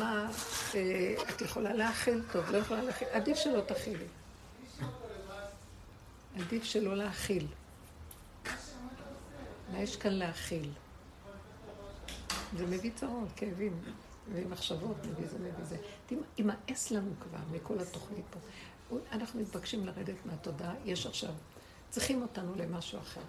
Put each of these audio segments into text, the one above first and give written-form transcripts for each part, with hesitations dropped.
מה את יכולה להאכיל טוב, לא יכולה להאכיל, עדיף שלא תאכילי. עדיף שלא להאכיל. מה יש כאן להאכיל? זה מביא צרות, כאבים, ומחשבות, מביא זה, מביא זה. ימאס לנו כבר מכל התוכנית פה. אנחנו מתבקשים לרדת מהתודעה, יש עכשיו, צריכים אותנו למשהו אחר.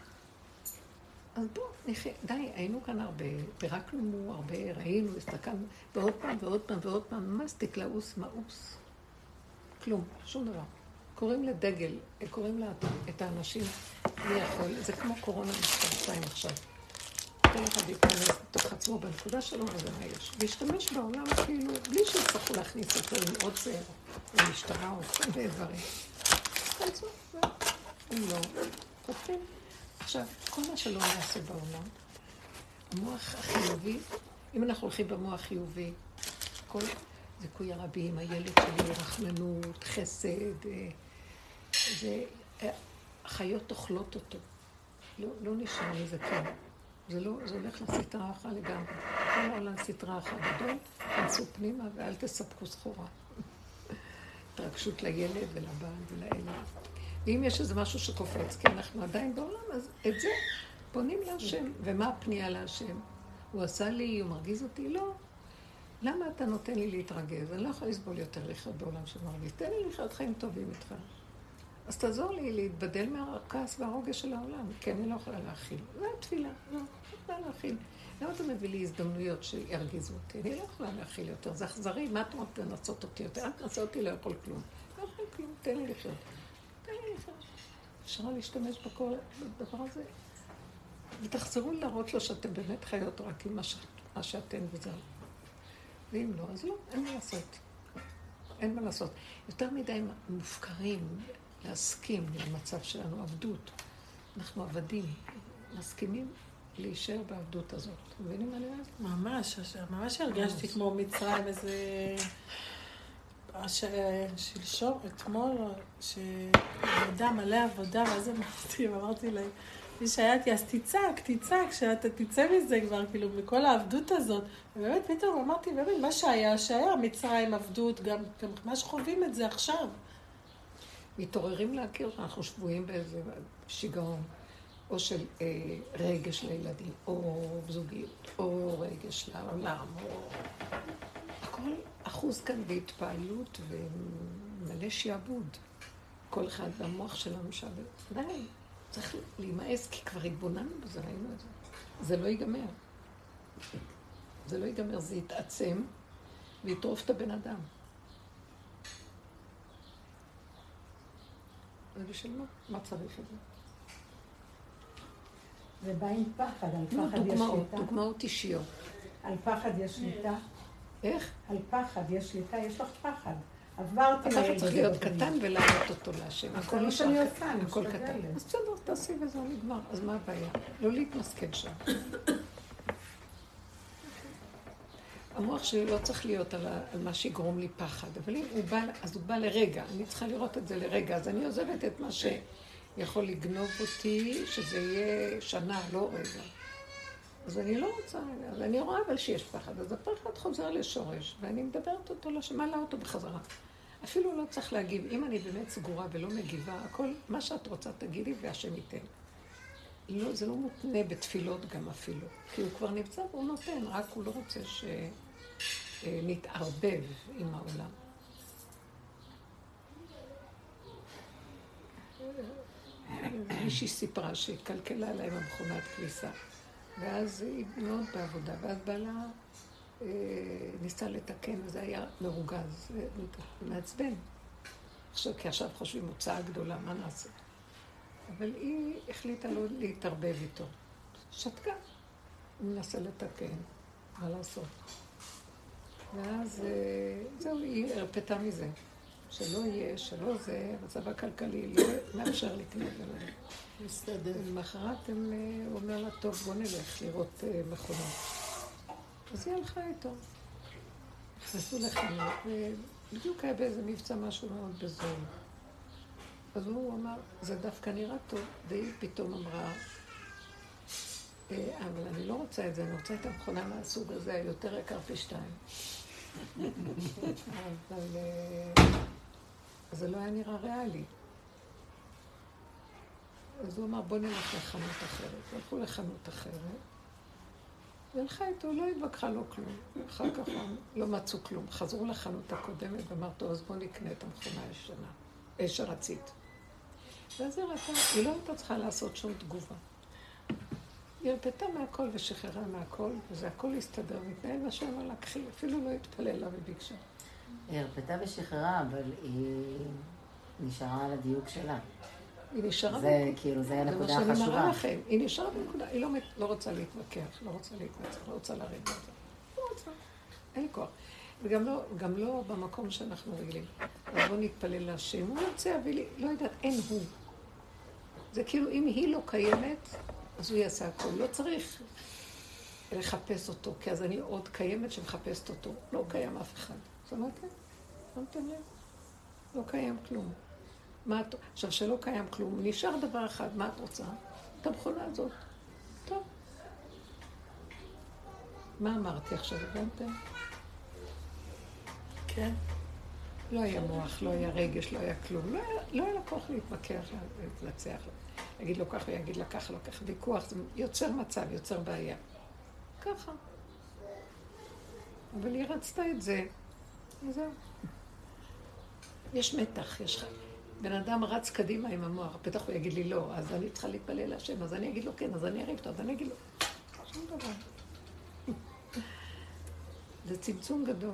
אז בואו, די, היינו כאן הרבה, פירקנו הרבה, ראינו, הסתכלנו, ועוד פעם ועוד פעם ועוד פעם, ממש תקלעוס, מאוס. כלום, שום דבר. קוראים לדגל, קוראים את האנשים, מי יכול, זה כמו קורונה מספר 2 עכשיו. כל אחד ייכנס בתוך עצמו בנקודה שלו, וזה מה יש. להשתמש בעולם כאילו, בלי שיצטרכו להכניס אותו עם עוצר, או משטרה, או כל מיני דברים. תכנסו, אם לא, חופים. עכשיו, כל מה שלא נעשה בעולם, המוח החיובי, אם אנחנו הולכים במוח חיובי, כל זיכוי הרבים, הילד שלי, רחמנות, חסד, זה, החיות אוכלות אותו. לא נשאר מזה כן. זה הולך לסתרה אחת לגמרי. כל העולם סתרה אחת גדול, תנסו פנימה ואל תספקו סחורה. התרגשות לילד ולבעל ולאלה. ואם יש איזה משהו שקופץ, כי אנחנו עדיין בעולם, אז את זה פונים להשם. ומה הפנייה להשם? הוא עשה לי, הוא מרגיז אותי? לא. למה אתה נותן לי להתרגז? אני לא יכולה לסבול יותר לחיות בעולם שמרגיז. תן לי לחיות חיים טובים איתך. אז תעזור לי להתבדל מהכעס והרוגש של העולם, כי אני לא יכולה להכיל. זה התפילה, לא יכולה להכיל. למה אתה מביא לי הזדמנויות שירגיזו אותי? אני לא יכולה להכיל יותר, זה אכזרי, מה אתה רוצה לנסות אותי יותר? אל תנסה אותי, לא יכול כלום. לא יכול כלום, תן לי לחיות. תן לי לחיות. אפשר להשתמש בכל הדבר הזה. ותחזרו להראות לו שאתם באמת חיות רק עם מה שאתן וזהו. ואם לא, אז לא, אין מה לעשות. אין מה לעשות. יותר מדי מופקרים להסכים למצב שלנו, עבדות. אנחנו עבדים, מסכימים להישאר בעבדות הזאת. מבינים מה אני אומרת? ממש הרגשתי כמו מצרים, איזה... שלשום, אתמול, שעבודה, מלא עבודה, ואז אמרתי לה, מי שהייתי, אז תצעק, שאתה תצא מזה כבר, כאילו, מכל העבדות הזאת. ובאמת, פתאום אמרתי, באמת, מה שהיה, מצרים, עבדות, גם מה שחווים את זה עכשיו. מתעוררים להכיר, אנחנו שבועים באיזה שיגעון, או של רגש לילדים, או זוגיות, או רגש לעולם, או... הכל אחוז כאן בהתפעלות ומלא שיעבוד. כל אחד במוח שלנו שעבד. די, צריך להימאס, כי כבר התבוננו בזה, ראינו את זה. זה לא ייגמר. זה לא ייגמר, זה יתעצם ויטרוף את הבן אדם. ובשביל מה צריך את זה? זה בא עם פחד, על פחד יש שליטה. דוגמאות אישיות. על פחד יש שליטה. איך? על פחד יש שליטה, יש לך פחד. עברתי לילד. הפחד צריך להיות קטן ולהעלות אותו להשם. הכל מה שאני עושה, אני הכל קטן. אז בסדר, תעשי וזה נגמר. אז מה הבעיה? לא להתמסכן שם. המוח שלי לא צריך להיות על מה שיגרום לי פחד, אבל אם הוא בא, אז הוא בא לרגע. אני צריכה לראות את זה לרגע. אז אני עוזבת את מה שיכול לגנוב אותי, שזה יהיה שנה, לא רגע. אז אני לא רוצה, אז אני רואה אבל שיש פחד, אז הפחד חוזר לשורש, ואני מדברת אותו, מעלה אותו בחזרה. אפילו לא צריך להגיב, אם אני באמת סגורה ולא מגיבה, הכל, מה שאת רוצה תגידי והשם ייתן. לא, זה לא מותנה בתפילות גם אפילו, כי הוא כבר נמצא והוא נותן, רק הוא לא רוצה שנתערבב עם העולם. מישהי סיפרה שקלקלה להם המכונת כביסה. ואז היא מאוד בעבודה, ואז בעלה ניסה לתקן, וזה היה מרוגז, מעצבן. כי עכשיו חושבים הוצאה גדולה, מה נעשה? אבל היא החליטה לא להתערבב איתו. שתקה. הוא מנסה לתקן, מה לעשות? ואז זהו, היא הרפתה מזה. שלא יהיה, שלא זה, המצב הכלכלי לא מאפשר לקנות ולא. מסתדר. למחרת הוא אומר לה, טוב, בוא נלך לראות מכונות. אז היא הלכה איתו. נכנסו לחנות, ובדיוק היה באיזה מבצע משהו מאוד בזול. אז הוא אמר, זה דווקא נראה טוב, והיא פתאום אמרה, אבל אני לא רוצה את זה, אני רוצה את המכונה מהסוג הזה, יותר יקר פי 2. אבל זה לא היה נראה ריאלי. אז הוא אמר, בוא נלך לחנות אחרת. הלכו לחנות אחרת. והלכה איתו, לא התווכחה לו כלום. אחר כך לא מצאו כלום. חזרו לחנות הקודמת ואמרתו, אז בוא נקנה את המכונה הישנה, שרצית. ואז היא ראתה, היא לא הייתה צריכה לעשות שום תגובה. היא הרפתה מהכל ושחררה מהכל, וזה הכל הסתדר, מתנהל מה שאמר לה, קחי, אפילו לא התפללה וביקשה. היא הרפתה ושחררה, אבל היא נשארה על הדיוק שלה. היא נשארה זה כאילו, זה הנקודה החשובה. זה מה שאני מראה לכם, היא נשארה בנקודה, היא לא רוצה להתווכח, לא רוצה להתנצח, לא רוצה לרדת על זה. לא רוצה, אין לי כוח. וגם לא במקום שאנחנו רגילים. אז בוא נתפלל להשם, הוא יוצא, אבל לא יודעת, אין הוא. זה כאילו, אם היא לא קיימת, אז הוא יעשה הכל. לא צריך לחפש אותו, כי אז אני עוד קיימת שמחפשת אותו. לא קיים אף אחד. שמעתם? שמתם לב? לא קיים כלום. עכשיו, שלא קיים כלום, נשאר דבר אחד, מה את רוצה? את המכונה הזאת. טוב. מה אמרתי עכשיו, הבנתם? כן. לא היה מוח, לא היה רגש, לא היה כלום. לא היה לקוח להתווכח, להצליח. להגיד לו ככה, יגיד לה ככה, לא ככה. ויכוח, זה יוצר מצב, יוצר בעיה. ככה. אבל היא רצתה את זה, וזהו. יש מתח, יש חיים. בן אדם רץ קדימה עם המוח, בטח הוא יגיד לי לא, אז אני צריכה להתפלל להשם, אז אני אגיד לו כן, אז אני אריב אותו, אז אני אגיד לו. שום דבר. זה צמצום גדול.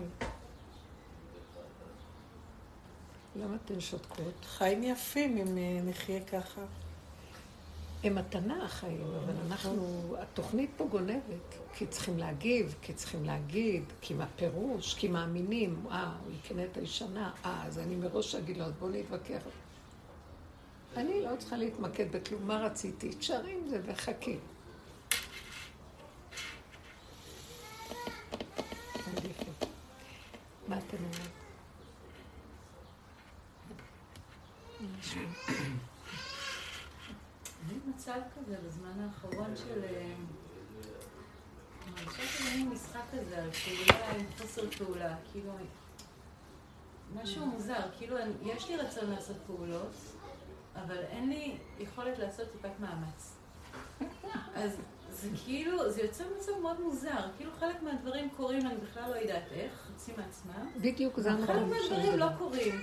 למה אתן שותקות? חיים יפים אם נחיה ככה. הם מתנה החיים, אבל אנחנו, התוכנית פה גונבת, כי צריכים להגיב, כי צריכים להגיד, כי מהפירוש, כי מאמינים, הוא יקנה את הישנה, אז אני מראש אגיד לו, אז בוא נתווכח. אני לא צריכה להתמקד בכלום, מה רציתי? תשארי עם זה וחכי. מה אתם אומרים? אני מצב כזה בזמן האחרון של... אני חושבת שזה משחק כזה על פעולה עם חוסר פעולה, כאילו... משהו מוזר, כאילו יש לי רצון לעשות פעולות, אבל אין לי יכולת לעשות טיפת מאמץ. אז זה כאילו, זה יוצא מצב מאוד מוזר, כאילו חלק מהדברים קורים, אני בכלל לא יודעת איך, חצי מעצמם. בדיוק, זה המקום חלק מהדברים לא קורים.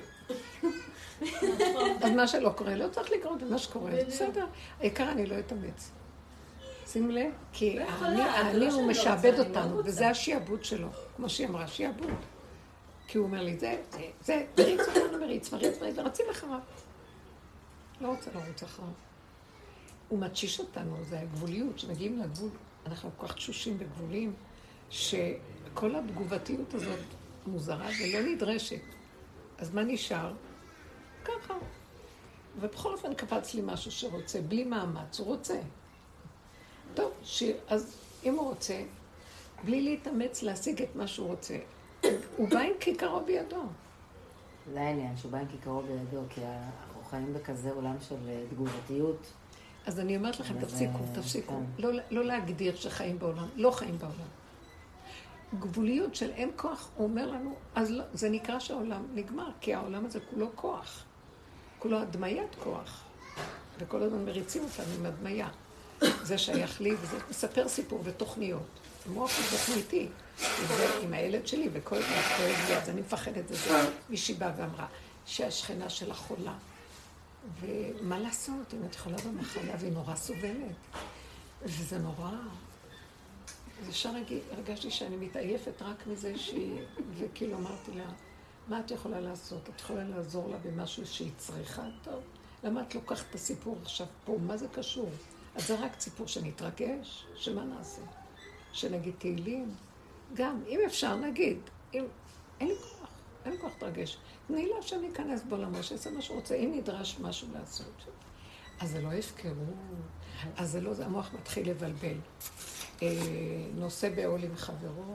אז מה שלא קורה, לא צריך לקרות במה שקורה, בסדר. העיקר אני לא אתאמץ. שים לב, כי אני הוא משעבד אותנו, וזה השיעבוד שלו, כמו שהיא אמרה, שיעבוד. כי הוא אומר לי, זה, מריץ, ורצים אחריו. לא רוצה לרוץ אחריו. הוא מתשיש אותנו, זה הגבוליות, שמגיעים לגבול, אנחנו כל כך תשושים בגבולים, שכל התגובתיות הזאת מוזרה ולא נדרשת. אז מה נשאר? ככה. ובכל אופן קפץ לי משהו שרוצה, בלי מאמץ, הוא רוצה. טוב, אז אם הוא רוצה, בלי להתאמץ להשיג את מה שהוא רוצה, הוא בא עם כיכרו בידו. זה העניין, שהוא בא עם כיכרו בידו, כי אנחנו חיים בכזה עולם של תגובתיות. אז אני אומרת לכם, תפסיקו. לא להגדיר שחיים בעולם, לא חיים בעולם. גבוליות של אין כוח, הוא אומר לנו, אז לא, זה נקרא שהעולם נגמר, כי העולם הזה כולו כוח. כולו הדמיית כוח. וכל הזמן מריצים אותנו עם הדמיה. זה שייך לי, וזה מספר סיפור ותוכניות. המוח הוא תוכניתי. עם הילד שלי, וכל הזמן כואב לי, אז אני מפחדת את זה. מישהי באה ואמרה, שהשכנה שלה חולה. ומה לעשות, אם את חולה במחלה, והיא נורא סובלת. וזה נורא. אז ישר הרגשתי שאני מתעייפת רק מזה שהיא, וכאילו אמרתי לה, מה את יכולה לעשות? את יכולה לעזור לה במשהו שהיא צריכה? טוב, למה את לוקחת את הסיפור עכשיו פה? מה זה קשור? אז זה רק סיפור שנתרגש, שמה נעשה? שנגיד תהילים? גם, אם אפשר נגיד, אם... אין לי כוח תרגש. תני לה שאני אכנס בעולמו, שיעשה מה שרוצה, אם נדרש משהו לעשות. אז זה לא הפקרות, אז זה לא, זה המוח מתחיל לבלבל. נושא בעול עם חברו.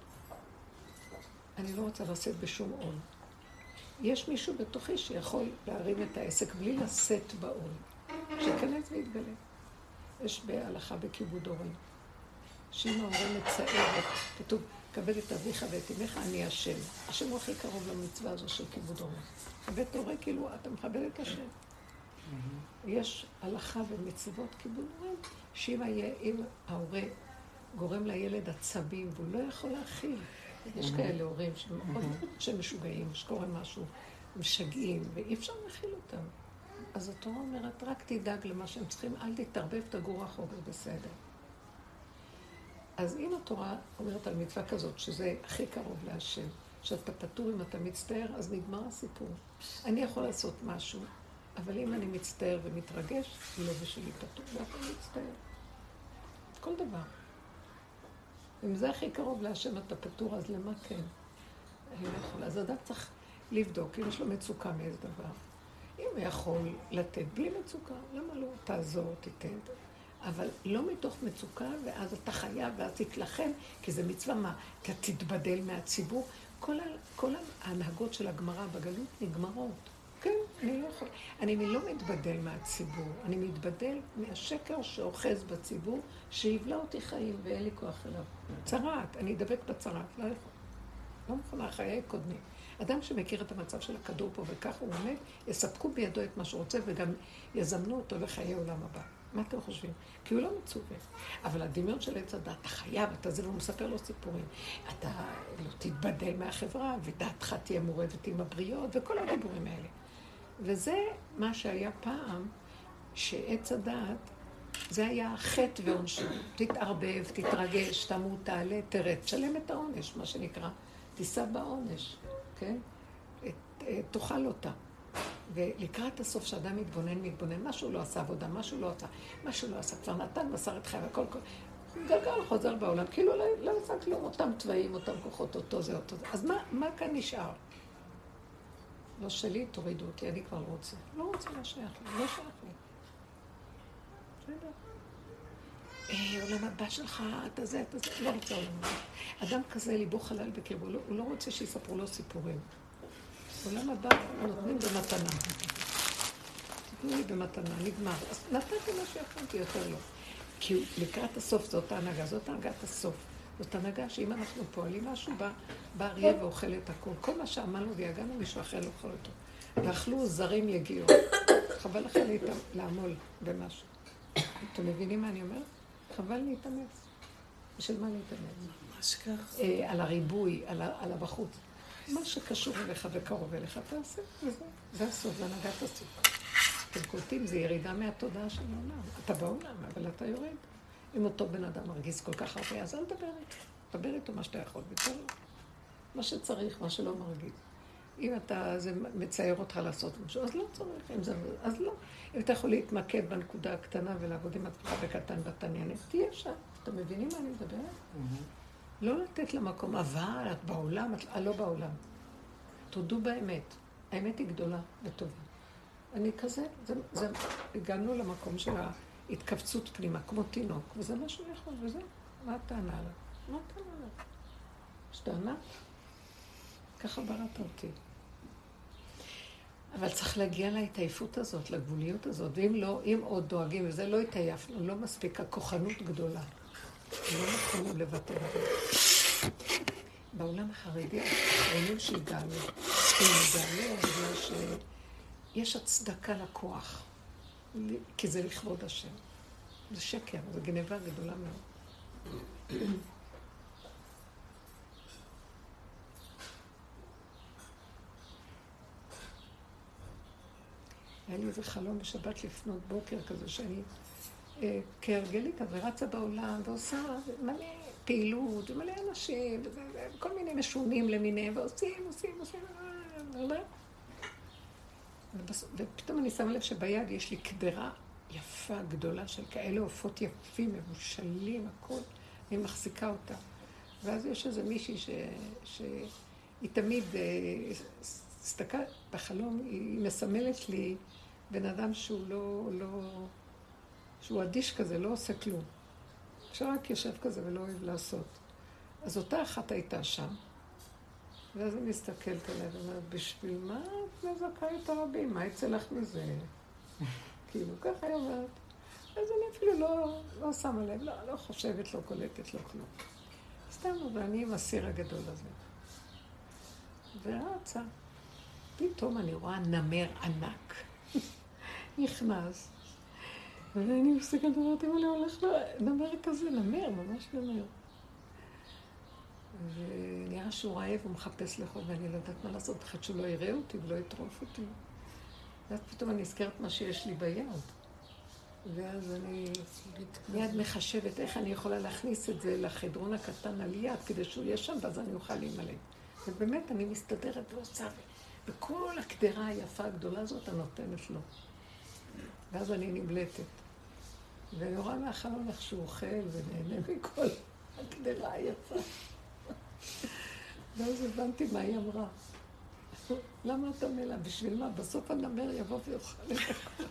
אני לא רוצה לשאת בשום עול. יש מישהו בתוכי שיכול להרים את העסק בלי לשאת בעול. שיכנס ויתגלה. יש בהלכה בכיבוד הורים. שאם ההורה מצערת, כתוב, כבד את אביך ואת אמך, אני השם. השם הוא הכי קרוב למצווה הזו של כיבוד הורה. כבד הורה, כאילו, אתה מכבד את השם. יש הלכה ומצוות כיבוד הורים, שאם ההורה גורם לילד עצבים, והוא לא יכול להכיל. יש כאלה הורים שמשוגעים, שקוראים משהו, משגעים, ואי אפשר להכיל אותם. אז התורה אומרת, רק תדאג למה שהם צריכים, אל תתערבב, תגור רחוק, זה בסדר. אז אם התורה אומרת על מצווה כזאת, שזה הכי קרוב להשם, שאתה פטור אם אתה מצטער, אז נגמר הסיפור. אני יכול לעשות משהו, אבל אם אני מצטער ומתרגש, לא בשבילי פטור, לא יכול להצטער. כל דבר. אם זה הכי קרוב להשם אתה פטור, אז למה כן? אני לא יכולה. אז אדם צריך לבדוק, אם יש לו מצוקה מאיזה דבר. אם הוא יכול לתת בלי מצוקה, למה לא? תעזור, תיתן. אבל לא מתוך מצוקה, ואז אתה חייב, ואז תתלחם, כי זה מצווה מה? אתה תתבדל מהציבור. כל ההנהגות של הגמרא בגלות נגמרות. כן, אני לא יכול. אני לא מתבדל מהציבור, אני מתבדל מהשקר שאוחז בציבור, שיבלע אותי חיים ואין לי כוח אליו. צרעת, אני אדבק בצרעת, לא יכול. לא מוכנה, חיי קודמים. אדם שמכיר את המצב של הכדור פה וכך הוא עומד, יספקו בידו את מה שהוא רוצה וגם יזמנו אותו לחיי עולם הבא. מה אתם חושבים? כי הוא לא מצווה. אבל הדמיון של עץ הדת, אתה חייב, אתה זה, והוא מספר לו סיפורים. אתה לא תתבדל מהחברה, ודעתך תהיה מורדת עם הבריות, וכל הדיבורים האלה. וזה מה שהיה פעם, שעץ הדת, זה היה חטא ועונשו. תתערבב, תתרגש, תמות, תעלה, תרד, תשלם את העונש, מה שנקרא. תישא בעונש, כן? תאכל אותה. ולקראת הסוף שאדם מתבונן, משהו לא עשה עבודה, משהו לא עשה, כבר נתן מסר את חייו, הכל, גלגל חוזר בעולם, כאילו לא עשה כלום, אותם צבעים, אותם כוחות, אותו זה. אז מה כאן נשאר? לא שלי, תורידו אותי, אני כבר לא רוצה. לא רוצה, לא שייך לי, לא שייך לי. עולם הבא שלך, אתה זה, לא רוצה עולם הבא. אדם כזה ליבו חלל בקרבו, הוא לא רוצה שיספרו לו סיפורים. עולם הבא נותנים במתנה. תתנו לי במתנה, נגמר. אז נתתי מה שיכולתי, יותר לא. כי לקראת הסוף זאת ההנהגה, זאת הנהגת הסוף. זאת הנהגה שאם אנחנו פועלים משהו, בא אריה ואוכל את הכל. כל מה שעמלנו ויגענו, מישהו אחר לא אוכל אותו. ואכלו זרים יגיעו. חבל לכם לעמול במשהו. אתם מבינים מה אני אומרת? חבל להתאמץ. בשביל מה להתאמץ? ממש כך. על הריבוי, על הבחוץ. מה שקשור אליך וקרוב אליך, תעשה, וזה. זה הסוף, זה הנהגת הסוף. אתם קולטים, זה ירידה מהתודעה של העולם. אתה בעולם, אבל אתה יורד. אם אותו בן אדם מרגיז כל כך הרבה, אז אל תדבר איתו. תדבר איתו מה שאתה יכול, ותן לו. מה שצריך, מה שלא מרגיז. אם זה מצייר אותך לעשות משהו, אז לא צריך. אז לא. אם אתה יכול להתמקד בנקודה הקטנה ולעבוד עם עצמך בקטן בתעניינת, תהיה שם. אתם מבינים מה אני מדברת? לא לתת למקום, אבל את בעולם, את לא בעולם. תודו באמת. האמת היא גדולה וטובה. אני כזה, הגענו למקום של ההתכווצות פנימה, כמו תינוק, וזה מה שהוא יכול, וזה, מה הטענה עליו? מה הטענה עליו? יש טענה? ככה בראת אותי. אבל צריך להגיע להתעייפות הזאת, לגבוליות הזאת, ואם לא, אם עוד דואגים, וזה לא התעייפנו, לא מספיק, הכוחנות גדולה. לא נכונים לוותר עליו. בעולם החרדי, האחרונים שהגענו, בגלל שיש הצדקה לכוח, כי זה לכבוד השם. זה שקר, זה גנבה גדולה מאוד. היה לי איזה חלום בשבת לפנות בוקר כזה שאני כהרגלי כזה רצה בעולם ועושה מלא פעילות ומלא אנשים וכל מיני משונים למיניהם ועושים, ופתאום אני שמה לב שביד יש לי קדרה יפה, גדולה של כאלה עופות יפים, מבושלים, הכל, אני מחזיקה אותה. ואז יש איזה מישהי שהיא תמיד הסתכלת בחלום, היא מסמלת לי בן אדם שהוא שהוא אדיש כזה, לא עושה כלום. שרק יושב כזה ולא אוהב לעשות. אז אותה אחת הייתה שם, ואז אני מסתכלת עליה ואומרת, בשביל מה את מזכה את הרבים? מה יצא לך מזה? כאילו, ככה היא אומרת. אז אני אפילו לא שמה לב, לא חושבת, לא קולטת, לא כלום. סתם, ואני עם הסיר הגדול הזה. ורצה. פתאום אני רואה נמר ענק. נכנס. ואני מסתכלת, אמרתי, מה הולך נמר כזה, נמר, ממש נמר. ונראה שהוא רעב, הוא מחפש לאכול, ואני לא יודעת מה לעשות, אחת שהוא לא יראה אותי ולא יטרוף אותי. ואז פתאום אני נזכרת מה שיש לי ביד. ואז אני מיד מחשבת איך אני יכולה להכניס את זה לחדרון הקטן על יד, כדי שהוא יהיה שם, ואז אני אוכל להימלא. ובאמת אני מסתדרת ועושה, וכל הקדרה היפה הגדולה הזאת הנותנת לו. ואז אני נמלטת. ואני רואה מהחלון איך שהוא אוכל ונהנה מכל הקדרה היפה. ואז הבנתי מה היא אמרה. למה אתה מלא? בשביל מה? בסוף הנמר יבוא ויאכל את הכל.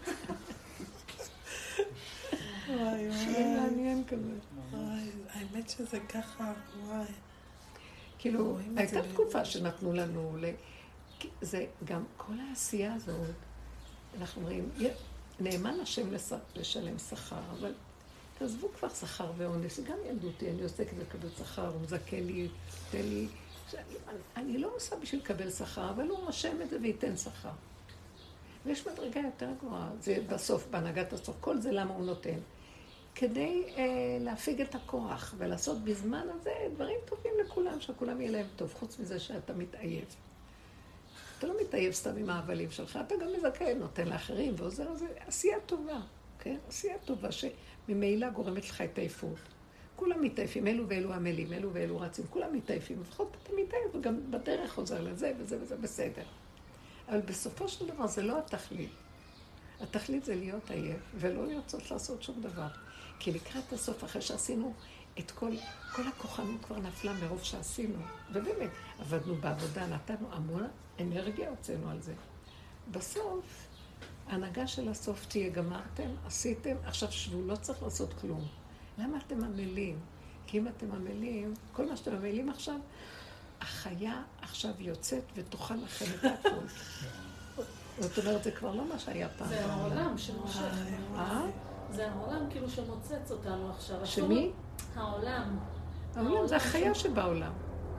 וואי, וואי. שיהיה מעניין כזה. וואי, האמת שזה ככה, וואי. כאילו, הייתה תקופה שנתנו לנו, זה גם כל העשייה הזאת, אנחנו אומרים, נאמן השם לשלם שכר, אבל תעזבו כבר שכר ואונס, גם ילדותי, אני עוסקת לקבל שכר, הוא מזכה לי, תן לי, אני לא עושה בשביל לקבל שכר, אבל הוא משם את זה וייתן שכר. ויש מדרגה יותר גבוהה, זה בסוף, בהנהגת הסוף, כל זה למה הוא נותן. כדי להפיג את הכוח ולעשות בזמן הזה דברים טובים לכולם, שכולם יהיה להם טוב, חוץ מזה שאתה מתעייף. אתה לא מתעייף סתם עם ההבלים שלך, אתה גם מזכה, נותן לאחרים ועוזר, זה עשייה טובה, כן? עשייה טובה שממילא גורמת לך את העייפות. כולם מתעייפים, אלו ואלו עמלים, אלו ואלו רצים, כולם מתעייפים, לפחות אתה מתעייף וגם בדרך עוזר לזה וזה וזה בסדר. אבל בסופו של דבר זה לא התכלית. התכלית זה להיות עייף ולא לרצות לעשות שום דבר. כי לקראת הסוף, אחרי שעשינו את כל הכוחנות כבר נפלה מרוב שעשינו. ובאמת, עבדנו בעבודה, נתנו המון אנרגיה, הוצאנו על זה. בסוף, ההנהגה של הסוף תהיה, גמרתם, עשיתם, עכשיו שבו, לא צריך לעשות כלום. למה אתם עמלים? כי אם אתם עמלים, כל מה שאתם עמלים עכשיו, החיה עכשיו יוצאת ותאכל לכם את הכל. זאת אומרת, זה כבר לא מה שהיה פעם. זה העולם שמושך. זה העולם כאילו שמוצץ אותנו עכשיו. שמי? העולם. העולם זה החיה שבעולם.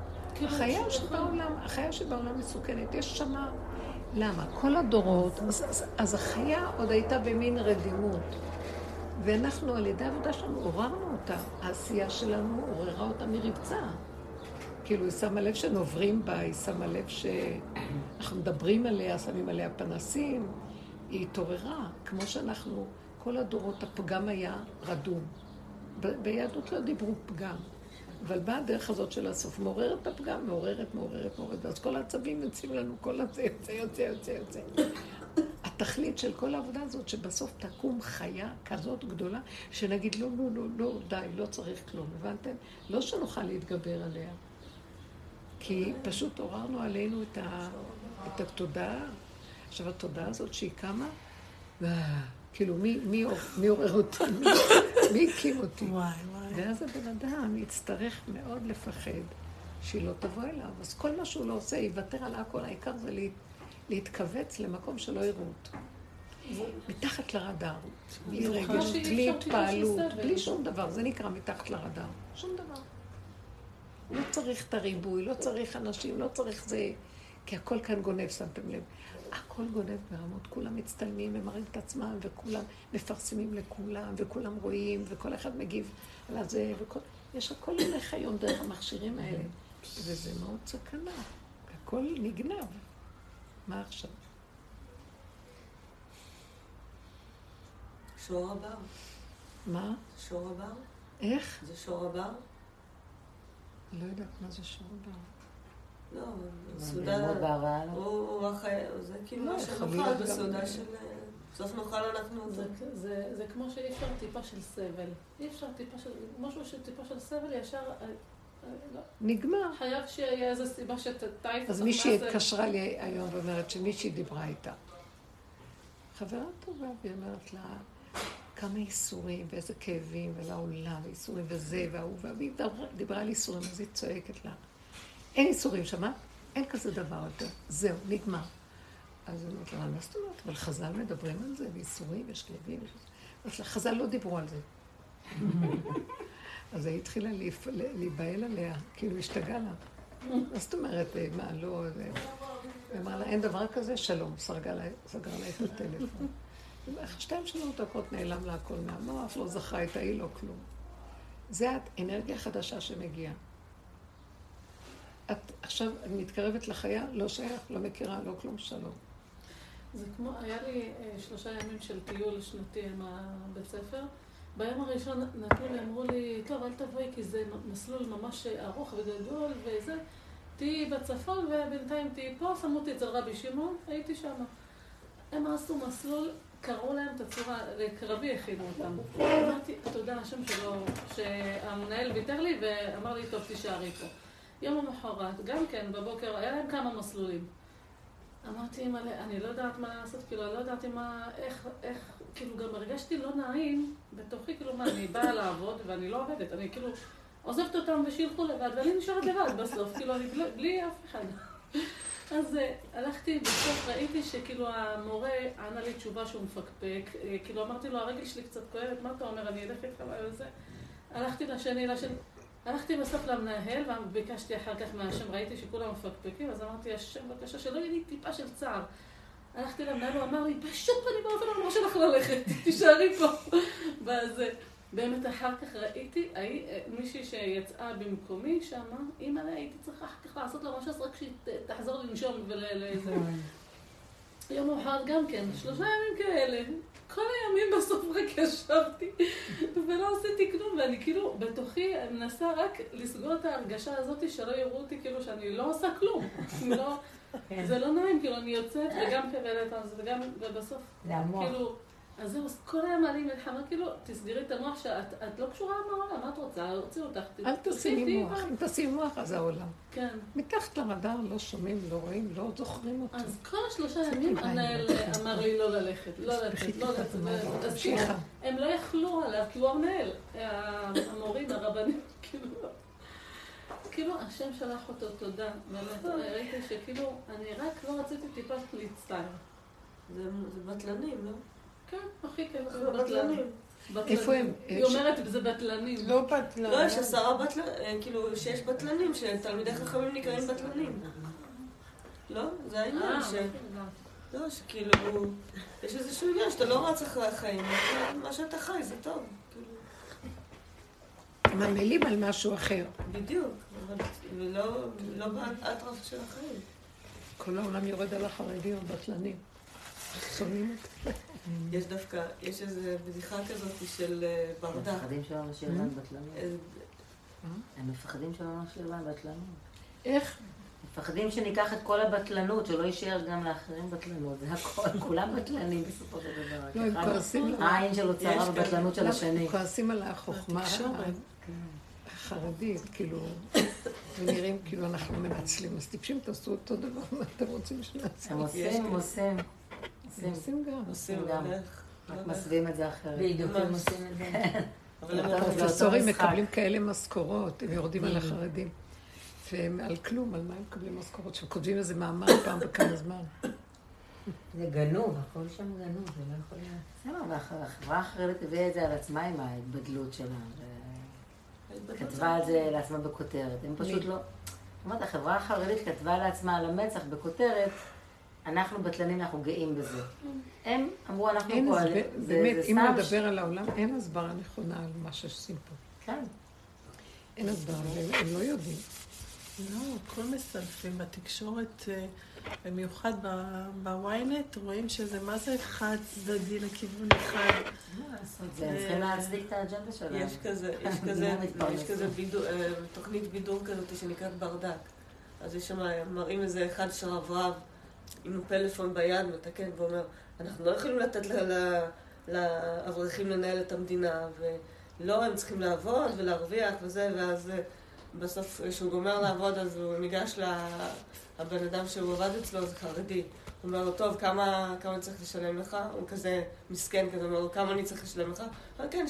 החיה שבעולם מסוכנת. יש שמה, למה? כל הדורות, אז החיה עוד הייתה במין רדימות. ואנחנו על ידי העבודה שלנו עוררנו אותה. העשייה שלנו עוררה אותה מרבצה. כאילו היא שמה לב שנוברים בה, היא שמה לב שאנחנו מדברים עליה, שמים עליה פנסים, היא התעוררה, כמו שאנחנו, כל הדורות הפגם היה רדום. ביהדות לא דיברו פגם, אבל באה הדרך הזאת של הסוף, מעוררת הפגם, מעוררת, אז כל העצבים יוצאים לנו, כל הזה יוצא. התכלית של כל העבודה הזאת, שבסוף תקום חיה כזאת גדולה, שנגיד לא, די, לא צריך כלום, הבנתם? לא שנוכל להתגבר עליה. כי פשוט עוררנו עלינו את התודעה. עכשיו, התודעה הזאת שהיא קמה, כאילו, מי עורר אותי? מי הקים אותי? ואז הבן אדם יצטרך מאוד לפחד שהיא לא תבוא אליו. אז כל מה שהוא לא עושה, יוותר על הכל. העיקר זה להתכווץ למקום שלא יראו אותו. מתחת לרדאר. בלי רגש, בלי התפעלות, בלי שום דבר. זה נקרא מתחת לרדאר. שום דבר. לא צריך את הריבוי, לא צריך אנשים, לא צריך זה, כי הכל כאן גונב, שמתם לב. הכל גונב ברמות, כולם מצטלמים, הם מראים את עצמם, וכולם מפרסמים לכולם, וכולם רואים, וכל אחד מגיב על זה, יש הכל הולך היום דרך המכשירים האלה, וזה מאוד סכנה, הכל נגנב. מה עכשיו? שור הבר. מה? שור הבר? איך? זה שור הבר? לא יודעת מה זה שור הבר. לא, סעודה, זה כאילו מה שנאכל בסעודה של... בסוף נאכל אנחנו... זה כמו שאי אפשר טיפה של סבל. אי אפשר טיפה של... משהו שטיפה של סבל ישר... נגמר. חייב שיהיה איזו סיבה שתטייף... אז מישהי התקשרה לי היום ואומרת שמישהי דיברה איתה. חברה טובה, והיא אומרת לה כמה איסורים ואיזה כאבים ולעולם, ואיסורים וזה והוא, והיא דיברה על איסורים, אז היא צועקת לה. אין איסורים, שמה? אין כזה דבר יותר. זהו, נגמר. אז אני אומרת לה, מה זאת אומרת? אבל חז"ל מדברים על זה, ואיסורים, יש כאבים. אז חז"ל לא דיברו על זה. אז היא התחילה להיבהל עליה, כאילו השתגעה לה. מה זאת אומרת, מה, לא... היא אמרה לה, אין דבר כזה, שלום, סגרה לה את הטלפון. 2-3 דקות נעלם לה הכל מהמוח, לא זכרה את ההיא, לא כלום. זה האנרגיה החדשה שמגיעה. את עכשיו מתקרבת לחיה, לא שייך, לא מכירה, לא כלום, שלום. זה כמו, היה לי 3 ימים של טיול שנתי עם הבית ספר. ביום הראשון נתנו לי, אמרו לי, טוב, אל תבואי, כי זה מסלול ממש ארוך וגדול וזה. תהיי בצפון ובינתיים תהיי פה, שמו אותי אצל רבי שמעון, הייתי שם. הם עשו מסלול, קראו להם את הצורה, לקרבי הכינו אותם. אמרתי, תודה השם שלו, שהמנהל ויתר לי ואמר לי, טוב, תישארי פה. יום המחרת, גם כן, בבוקר, היה להם כמה מסלולים. אמרתי, אני לא יודעת מה לעשות, כאילו, אני לא יודעת איך, כאילו, גם הרגשתי לא נעים בתוכי, כאילו, מה, אני באה לעבוד ואני לא עובדת, אני כאילו עוזבת אותם ושילכו לבד, ואני נשארת לבד בסוף, כאילו, אני בלי אף אחד. אז הלכתי, בסוף ראיתי שכאילו המורה ענה לי תשובה שהוא מפקפק, כאילו, אמרתי לו, הרגל שלי קצת כואבת, מה אתה אומר, אני אלך איתך וזה. הלכתי לשני, הלכתי בסוף למנהל, וביקשתי אחר כך מהשם, ראיתי שכולם מפקפקים, אז אמרתי, השם, בבקשה, שלא יהיה לי טיפה של צער. הלכתי למנהל, הוא אמר לי, פשוט אני באופן לא שלך ללכת, תישארי פה. ואז באמת אחר כך ראיתי, מישהי שיצאה במקומי שמה, אמא, הייתי צריכה אחר כך לעשות לה משהו, רק שהיא תחזור לנשום ולזה. יום מאוחר גם כן, 3 ימים כאלה. כל הימים בסוף רק ישבתי ולא עשיתי כלום, ואני כאילו בתוכי מנסה רק לסגור את ההרגשה הזאת שלא יראו אותי כאילו שאני לא עושה כלום. זה לא נעים, כאילו אני יוצאת וגם כבדת על זה וגם ובסוף כאילו, אז זהו, כל היום מעלים מלחמה, כאילו תסגרי את המוח שאת לא קשורה מהעולם, מה את רוצה? הוציאו אותך, אל תשימי מוח, אם תשימי מוח אז העולם. כן. מתחת לרדאר לא שומעים, לא רואים, לא זוכרים אותו. אז כל 3 ימים המנהל אמר לי לא ללכת, לא ללכת, לא ללכת. אז הם לא יכלו עליו, כי הוא המנהל, המורים, הרבנים, כאילו השם שלח אותו, תודה. ראיתי שכאילו, אני רק לא רציתי טיפה להצטער. זה בטלנים, לא? כן, הכי כן, זה בטלנים. איפה הם? היא אומרת, זה בטלנים. לא בטלנים. לא, יש 10 בטלנים, כאילו שיש בטלנים, שתלמידי חכמים נקראים בטלנים. לא? זה העניין ש... לא, שכאילו, יש איזשהו עניין שאתה לא רץ אחרי החיים, מה שאתה חי זה טוב. ממלים על משהו אחר. בדיוק, אבל לא באטרף של החיים. כל העולם יורד על החרדים הבטלנים. שומעים את זה? יש דווקא, יש איזו בדיחה כזאת של ברדק. הם מפחדים שלא נשאיר להם בטלנים. הם מפחדים שלא נשאיר להם בטלנים. איך? מפחדים שניקח את כל הבטלנות, שלא יישאר גם לאחרים בטלנות. זה הכל, כולם בטלנים בסופו של דבר. לא, הם כועסים. העין שלו צרה בבטלנות של השני. הם כועסים על החוכמה החרדית, כאילו, ונראים כאילו אנחנו מנצלים. אז טיפשים, תעשו אותו דבר, מה אתם רוצים שנעשה? הם עושים. הם עושים גם. עושים גם. רק מסווים את זה אחרת. בדיוק, הם עושים את זה. הפרופסורים מקבלים כאלה משכורות, הם יורדים על החרדים. והם על כלום, על מה הם מקבלים משכורות? שהם כותבים איזה מאמר פעם בכמה זמן. זה גנוב, הכל שם גנוב, זה לא יכול להיות. בסדר, והחברה החרדית הביאה את זה על עצמה עם ההתבדלות שלה. כתבה את זה לעצמה בכותרת. הם פשוט לא... זאת אומרת, החברה החרדית כתבה לעצמה על המצח בכותרת, אנחנו בטלנים, אנחנו גאים בזה. הם אמרו, אנחנו פועלים. באמת, אם נדבר על העולם, אין הסברה נכונה על מה שעושים פה. כן. אין הסברה, הם לא יודעים. לא, הכל מסלפים בתקשורת, במיוחד בוויינט, רואים שזה מה זה חד צדדי לכיוון אחד. מה לעשות? הם צריכים להצדיק את האג'נדה שלהם. יש כזה תוכנית בידור כזאת שנקראת ברדק. אז יש שם, מראים איזה אחד שרברב עם פלאפון ביד, מתקן ואומר, אנחנו לא יכולים לתת לאברכים לנהל את המדינה, ולא, הם צריכים לעבוד ולהרוויח וזה, ואז בסוף, כשהוא גומר לעבוד, אז הוא ניגש לבן אדם שהוא עבד אצלו, זה חרדי. הוא אומר לו, טוב, כמה אני צריך לשלם לך? הוא כזה מסכן כזה, אומר לו, כמה אני צריך לשלם לך? כן,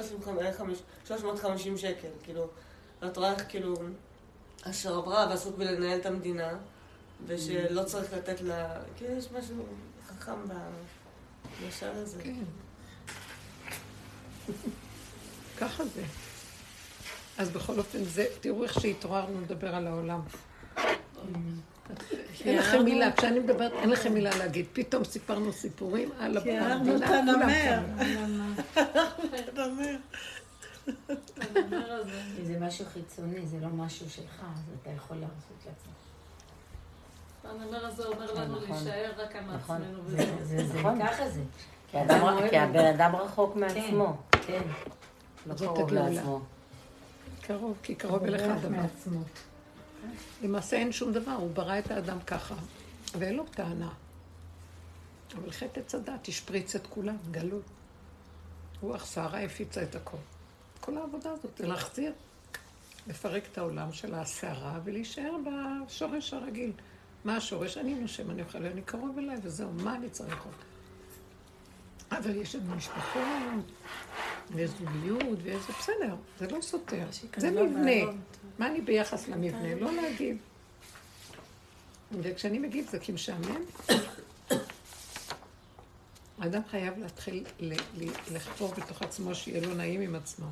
350 שקל, כאילו. ואת רואה איך, כאילו, השרברב עסוק בלנהל את המדינה, ושלא צריך לתת לה... כאילו, יש משהו חכם בשאר הזה. כן. ככה זה. אז בכל אופן, תראו איך שהתעוררנו לדבר על העולם. אין לכם מילה, כשאני מדברת, אין לכם מילה להגיד. פתאום סיפרנו סיפורים על כי המדינה. אנחנו תנמר. תנמר. זה משהו חיצוני, זה לא משהו שלך, אז אתה יכול להרשות לעצמך. הנמר הזה אומר לנו להישאר רק עם עצמנו. זה ככה זה. כי הבן אדם רחוק מעצמו. כן. לא קרוב לעצמו. קרוב, כי קרוב אליך הדבר. למעשה אין שום דבר, הוא ברא את האדם ככה, ואין לו טענה. אבל חטא עץ הדת השפריץ את כולם, גלות. רוח שערה הפיצה את הכל. כל העבודה הזאת זה להחזיר, לפרק את העולם של השערה ולהישאר בשורש הרגיל. מה השורש? אני נושם, אני אוכל, אני קרוב אליי וזהו, מה אני צריך עוד? אבל יש לנו משפחות, וזוגיות, וזה בסדר, זה לא סותר, זה מבנה. מה אני ביחס למבנה? לא להגיד. וכשאני מגיד זה כמשעמם, האדם חייב להתחיל לחפור בתוך עצמו, שיהיה לו נעים עם עצמו.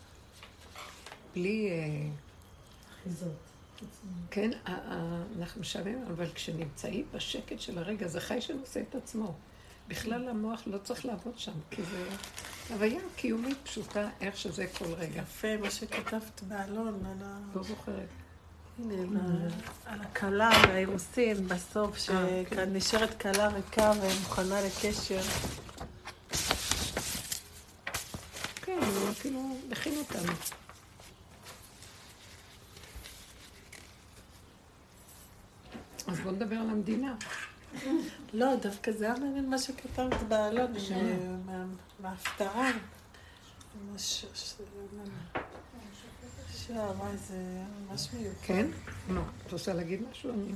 בלי חיזות. כן, אנחנו משעמם, אבל כשנמצאים בשקט של הרגע, זה חי שנושא את עצמו. בכלל המוח לא צריך לעבוד שם, כי זה הוויה קיומית פשוטה, איך שזה כל רגע. יפה, מה שכתבת באלון, לא זוכרת. על הכלה והאירוסין בסוף, שכאן נשארת כלה ריקה ומוכנה לקשר. כן, כאילו, מכין אותנו. אז בואו נדבר על המדינה. לא, דווקא זה היה מעניין מה שכתבת באלון, מההפטרה. וואי, זה ממש מיוחד. כן? לא. את רוצה להגיד משהו? אני...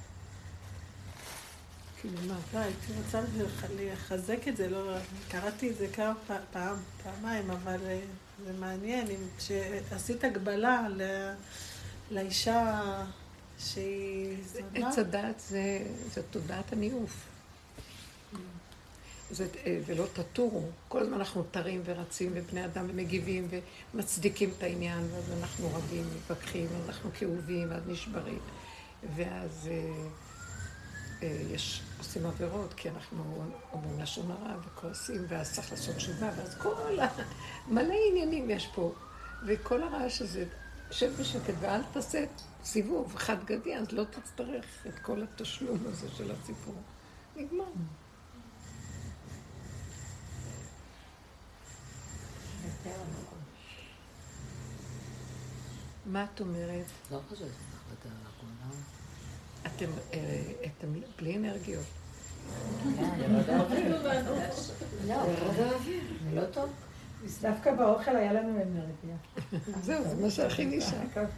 כאילו מה? לא, הייתי רוצה לחזק את זה, לא... קראתי את זה כמה פעמיים, אבל זה מעניין. כשעשית הגבלה לאישה שהיא זונה... עץ הדעת זה תודעת הניאוף. ולא תטורו. כל הזמן אנחנו תרים ורצים ובני אדם ומגיבים ומצדיקים את העניין, ואז אנחנו רבים, מתווכחים, אנחנו כאובים, ואז נשברים. ואז עושים עבירות, כי אנחנו אומרים לשון הרע וכועסים, ואז צריך לעשות תשובה, ואז מלא עניינים יש פה. וכל הרעש הזה, שב בשקט ואל תעשה סיבוב חד גדי, אז לא תצטרך את כל התשלום הזה של הסיפור. נגמר. מה את אומרת? לא חושבת שצריך יותר על הכל, אתם בלי אנרגיות. זה לא טוב. דווקא באוכל היה לנו אנרגיה. זהו, זה מה שהכי נשאר.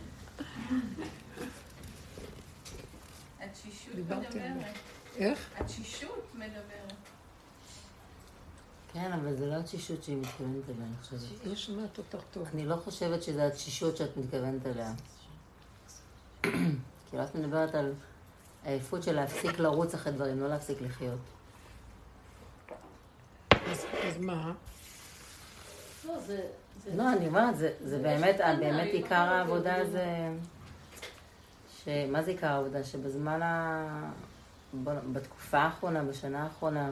התשישות דיברתי על זה. מדברת. איך? התשישות מדברת. כן, אבל זה לא התשישות שהיא מתכוונת אליה, אני חושבת. לא שומעת אותך טוב. אני לא חושבת שזה התשישות שאת מתכוונת אליה. כאילו את מדברת על העייפות של להפסיק לרוץ אחרי דברים, לא להפסיק לחיות. אז מה? לא, זה... לא, אני אומרת, זה באמת עיקר העבודה זה... מה זה עיקר העבודה? שבזמן בתקופה האחרונה, בשנה האחרונה,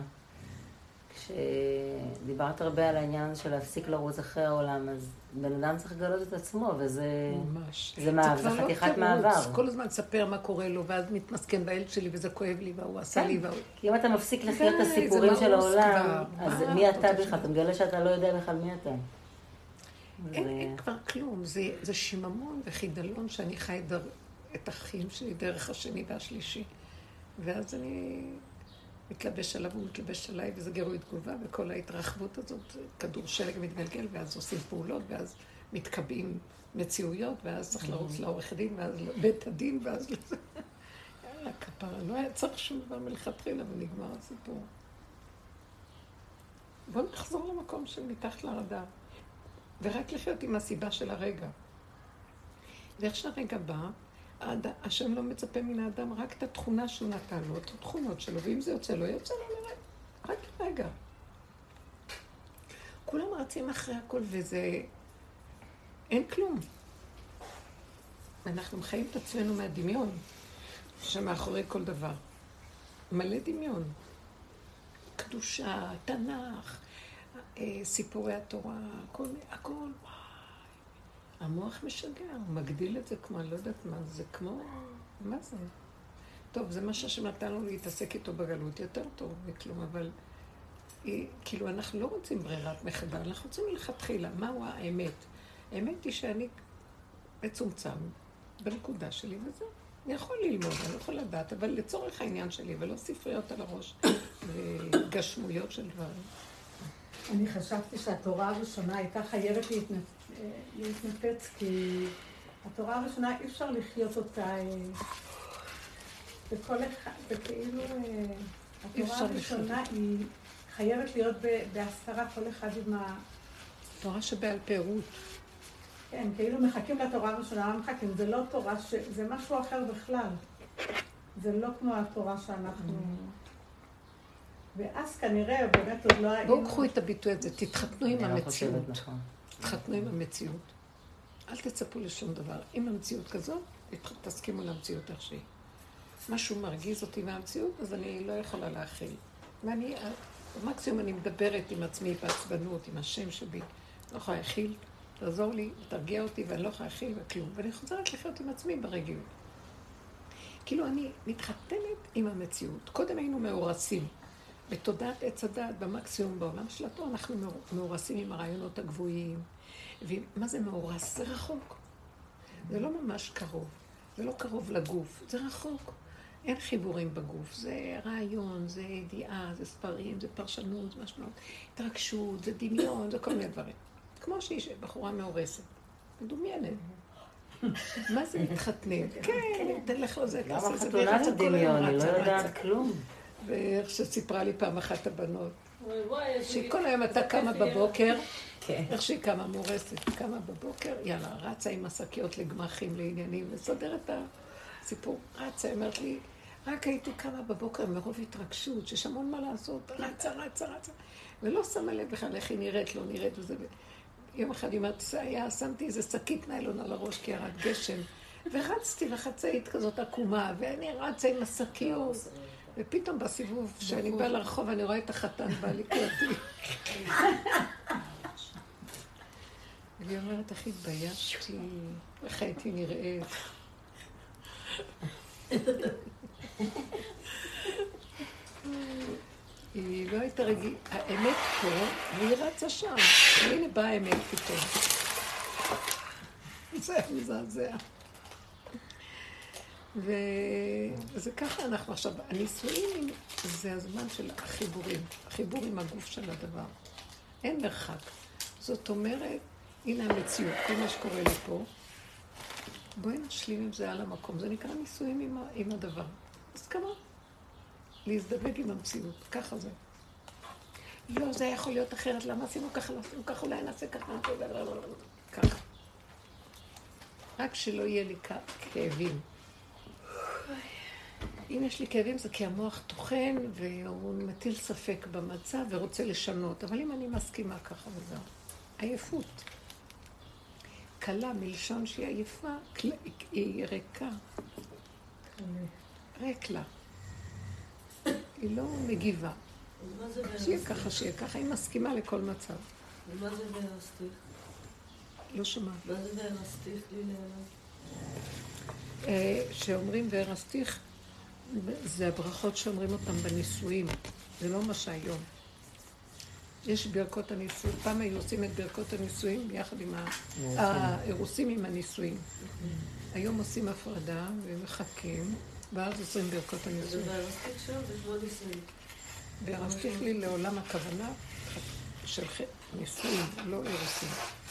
כשדיברת הרבה על העניין של להפסיק לרוץ אחרי העולם, אז בן אדם צריך לגלות את עצמו, וזה... ממש. זה חתיכת מעבר. כל הזמן תספר מה קורה לו, ואז מתמסכן בילד שלי, וזה כואב לי, והוא עשה לי, והוא... כי אם אתה מפסיק לחיות את הסיפורים של העולם, אז מי אתה בכלל? אתה מגלה שאתה לא יודע בכלל מי אתה. אין כבר כלום, זה שיממון וחידלון שאני חי את החיים שלי דרך השני והשלישי. ואז אני מתלבש עליו, הוא מתלבש עליי, וזה גירוי תגובה, וכל ההתרחבות הזאת, כדור שלג מתגלגל, ואז עושים פעולות, ואז מתקבעים מציאויות, ואז צריך לרוץ לעורך דין, ואז לבית הדין, ואז לזה. יאללה, כפרה, לא היה צריך שום דבר מלכתחילה, ונגמר הסיפור. בואו נחזור למקום של מתחת לרדאר, ורק לחיות עם הסיבה של הרגע. ואיך שהרגע בא, השם לא מצפה מן האדם רק את התכונה שהוא נתן לו, את התכונות שלו, ואם זה יוצא לו, יוצא לו לרגע. רק לרגע. כולם רצים אחרי הכל, וזה... אין כלום. אנחנו מחיים את עצמנו מהדמיון, שמאחורי כל דבר. מלא דמיון. קדושה, תנ"ך, סיפורי התורה, הכל, וואי. המוח משגע, הוא מגדיל את זה כמו, אני לא יודעת מה, זה כמו... מה זה? טוב, זה משהו שנתן לנו להתעסק איתו בגלות, יותר טוב מכלום, אבל כאילו אנחנו לא רוצים ברירת מחדל, אנחנו רוצים מלכתחילה, מהו האמת? האמת היא שאני מצומצם בנקודה שלי וזהו. אני יכול ללמוד, אני יכול לדעת, אבל לצורך העניין שלי, ולא ספריות על הראש וגשמויות של דברים. אני חשבתי שהתורה הראשונה הייתה חייבת להתנפץ, כי התורה הראשונה אי אפשר לחיות אותה בכל אחד, וכאילו התורה הראשונה היא חייבת להיות בהסתרה כל אחד עם תורה שבעל פירוט. כן, כאילו מחכים לתורה הראשונה, לא מחכים, זה לא תורה, זה משהו אחר בכלל. זה לא כמו התורה שאנחנו... ואז כנראה באמת עוד לא היינו... בואו קחו את הביטוי הזה, תתחתנו עם המציאות. תתחתנו עם המציאות. אל תצפו לשום דבר. עם המציאות כזאת, תסכימו למציאות איך שהיא. משהו מרגיז אותי מהמציאות, אז אני לא יכולה להכיל. ואני, במקסימום אני מדברת עם עצמי בעצבנות, עם השם שבי. לא יכולה להכיל, תעזור לי, תרגיע אותי, ואני לא יכולה להכיל וכלום. ואני חוזרת לחיות עם עצמי ברגיעות. כאילו אני מתחתנת עם המציאות. קודם היינו מאורסים. בתודעת עץ הדעת, במקסימום בעולם של התורה, אנחנו מאורסים עם הרעיונות הגבוהים. ומה זה מאורס? זה רחוק. זה לא ממש קרוב. זה לא קרוב לגוף. זה רחוק. אין חיבורים בגוף. זה רעיון, זה ידיעה, זה ספרים, זה פרשנות, זה משמעות. התרגשות, זה דמיון, זה כל מיני דברים. כמו שהיא בחורה מאורסת. מדומיינת. מה זה מתחתנים? כן, תלך לזה, תעשה זה. למה חתונה זה דמיון? אני לא יודעת כלום. ואיך שסיפרה לי פעם אחת הבנות, שכל היום אתה קמה בבוקר, איך שהיא קמה מאורסת, קמה בבוקר, יאללה, רצה עם השקיות לגמחים, לעניינים, וסדר את הסיפור. רצה, אמרת לי, רק הייתי קמה בבוקר מרוב התרגשות, שיש המון מה לעשות, רצה, ולא שמה לב בכלל איך היא נראית, לא נראית, וזה... יום אחד היא אומרת, שמתי איזה שקית ניילון על הראש כי ירד גשם, ורצתי לחצאית כזאת עקומה, ואני רצה עם השקיות. ופתאום בסיבוב, כשאני באה לרחוב, אני רואה את החתן בא לקראתי. והיא אומרת, הכי התביישתי, איך הייתי נראית. היא לא הייתה רגילה, האמת פה, והיא רצה שם. והנה באה האמת פתאום. זה מזעזע. וזה ככה אנחנו עכשיו, הנישואים זה הזמן של החיבורים, החיבור עם הגוף של הדבר. אין מרחק. זאת אומרת, הנה המציאות, כל מה שקורה לי פה, בואי נשלים עם זה על המקום, זה נקרא נישואים עם הדבר. הסכמה. להזדווג עם המציאות, ככה זה. לא, זה יכול להיות אחרת, למה עשינו ככה, לא עשינו ככה, אולי נעשה ככה, ככה. רק שלא יהיה לי כאבים. אם יש לי כאבים זה כי המוח טוחן והוא מטיל ספק במצב ורוצה לשנות, אבל אם אני מסכימה ככה וזהו. עייפות. קלה מלשון שהיא עייפה, היא ריקה. ריק לה. היא לא מגיבה. שיהיה ככה, היא מסכימה לכל מצב. ומה זה והרסתיך? לא שומעת. מה זה והרסתיך לי שאומרים והרסתיך, זה הברכות שאומרים אותם בנישואים, זה לא מה שהיום. יש ברכות הנישואים, פעם היו עושים את ברכות הנישואים ביחד עם האירוסים עם הנישואים. היום עושים הפרדה ומחכים, ואז עושים ברכות הנישואים. זה והרסתיך שם, זה כמו נישואים. והרסתיך לי לעולם הכוונה של נישואים, לא אירוסים.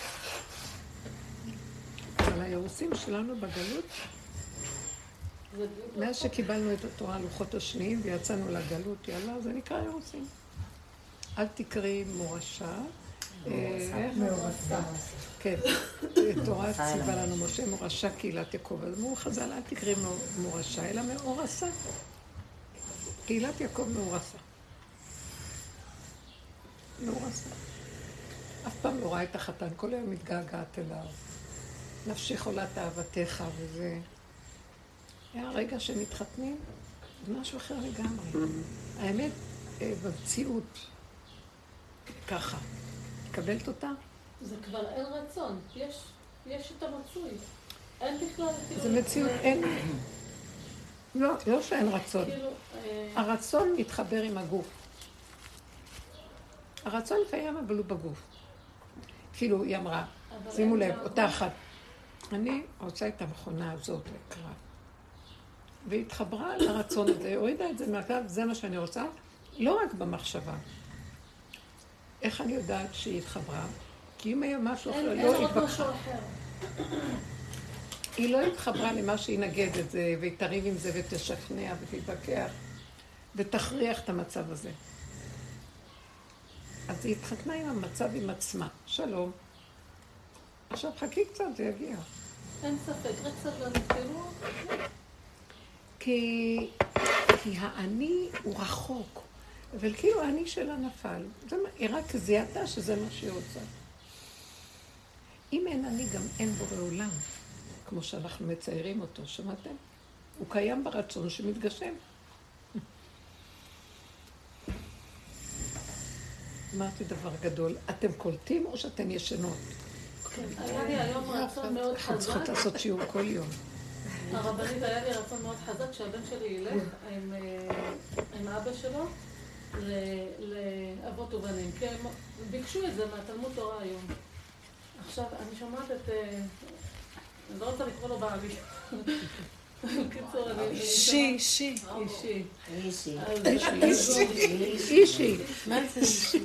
אבל האירוסים שלנו בגלות, מאז שקיבלנו את התורה על לוחות השניים ויצאנו לגלות, יאללה, זה נקרא אירוסים. אל תקראי מורשה. מאורסה. כן, תורה ציווה לנו משה מורשה קהילת יעקב. אז אמרו חז"ל, אל תקראי מורשה, אלא מאורסה. קהילת יעקב מאורסה. מאורסה. אף פעם לא ראה את החתן, כל היום מתגעגעת אליו. נפשי חולת אהבתך וזה. היה רגע שמתחתנים, זה משהו אחר לגמרי. האמת, במציאות, ככה. קבלת אותה? זה כבר אין רצון, יש את המצוי. אין בכלל... זה מציאות, אין... לא שאין רצון. הרצון מתחבר עם הגוף. הרצון קיים, אבל הוא בגוף. כאילו, היא אמרה, שימו לב, אותה אחת. אני רוצה את המכונה הזאת לקרב. והיא התחברה לרצון הזה, הורידה את זה מהקו, זה מה שאני רוצה, לא רק במחשבה. איך אני יודעת שהיא התחברה? כי אם היה משהו אחר, לא התבקחה. היא לא התחברה למה שהיא נגד את זה, והיא תריב עם זה ותשכנע ותתבקח, ותכריח את המצב הזה. אז היא התחתנה עם המצב עם עצמה. שלום. עכשיו חכי קצת, זה יגיע. אין ספק, רק קצת לא נתקלו. כי האני הוא רחוק, אבל כאילו האני שלה נפל. היא רק זיהתה שזה מה שהיא רוצה. אם אין אני, גם אין בורא עולם, כמו שאנחנו מציירים אותו, שמעתם? הוא קיים ברצון שמתגשם. אמרתי דבר גדול, אתם קולטים או שאתן ישנות? כן, היה לי היום רצון מאוד חזק. אנחנו צריכות לעשות שיעור כל יום. הרבנית, היה לי רצון מאוד חזק שהבן שלי ילך עם אבא שלו לאבות ובנים, כי הם ביקשו את זה מהתלמוד תורה היום. עכשיו, אני שומעת את... אני לא רוצה לקרוא לו בעלי. בקיצור, אני... אישי. אישי. מה זה אישי?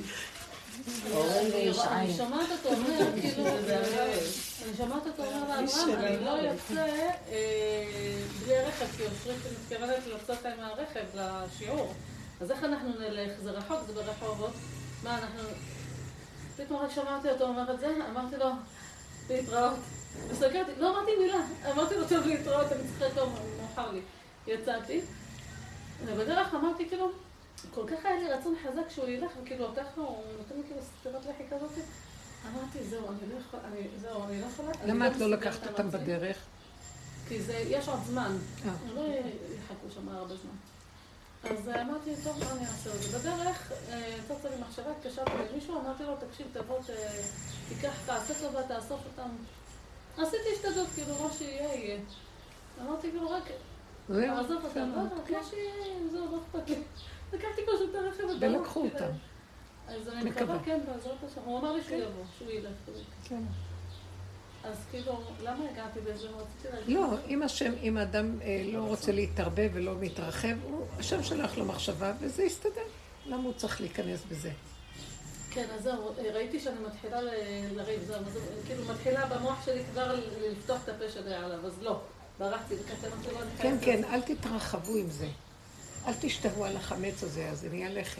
אני שומעת אותו אומר, כאילו... אני שומעת אותו אומר לאברהם, אני לא יוצא בלי הרכב, כי אושרית מתכוונת לצאת עם הרכב לשיעור. אז איך אנחנו נלך? זה רחוק, זה ברחובות. מה אנחנו... פתאום רק שמעתי אותו אומר את זה, אמרתי לו, להתראות. וסגרתי, לא אמרתי מילה, אמרתי לו טוב להתראות, אני צריכה טוב, מאוחר לי. יצאתי, ובדרך אמרתי כאילו, כל כך היה לי רצון חזק שהוא ילך, וכאילו אותך הוא נותן לי כאילו סתירת לחי כזאת. אמרתי, זהו, אני לא יכולה. למה את לא לקחת אותם בדרך? כי יש עוד זמן, הם לא יחכו שם הרבה זמן. אז אמרתי, טוב, מה אני אעשה את זה? בדרך, יצאתי לי מחשבה, התקשרתי למישהו, אמרתי לו, תקשיב, תבוא, תיקח, תעשה טובה, תאסוף אותם. עשיתי השתדלות, כאילו, מה שיהיה, יהיה. אמרתי, כאילו, רק, תעזוב אותם, מה שיהיה, זהו, לא אכפת לי. לקחתי פשוט את הרכב הדרך. ולקחו אותם. אז אני מקווה, כן, בעזרת השם. הוא אמר לי שהוא יבוא, שהוא ילך. כן. אז כאילו, למה הגעתי בזה? רציתי להגיד... לא, אם האדם לא רוצה להתערבב ולא מתרחב, השם שלח לו מחשבה וזה יסתדר. למה הוא צריך להיכנס בזה? כן, אז זהו, ראיתי שאני מתחילה לריב, זהו, כאילו מתחילה במוח שלי כבר לפתוח את הפה שלי עליו, אז לא, ברחתי, וכתב אותי לא נכנס. כן, כן, אל תתרחבו עם זה. אל תשתהו על החמץ הזה, אז זה נהיה לחם.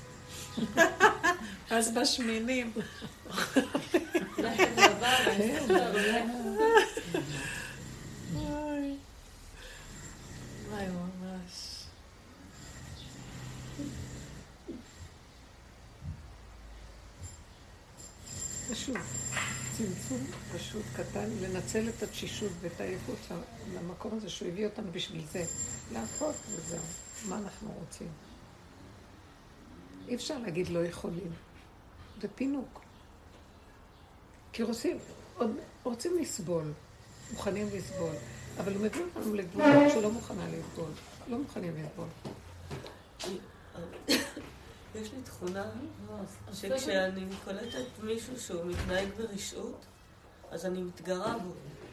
אז בשמינים. לחם לבן, וואי, ממש. פשוט, צמצום פשוט קטן, לנצל את התשישות ואת העייפות למקום הזה שהוא הביא אותנו בשביל זה. להפות וזהו, מה אנחנו רוצים? אי אפשר להגיד לא יכולים. זה פינוק. כי רוצים לסבול, מוכנים לסבול, אבל הוא מביא אותנו לגבולות שלא מוכנה לסבול. לא מוכנים לסבול. יש לי תכונה שכשאני קולטת מישהו שהוא מתנהג ברשעות, אז אני מתגרה בו.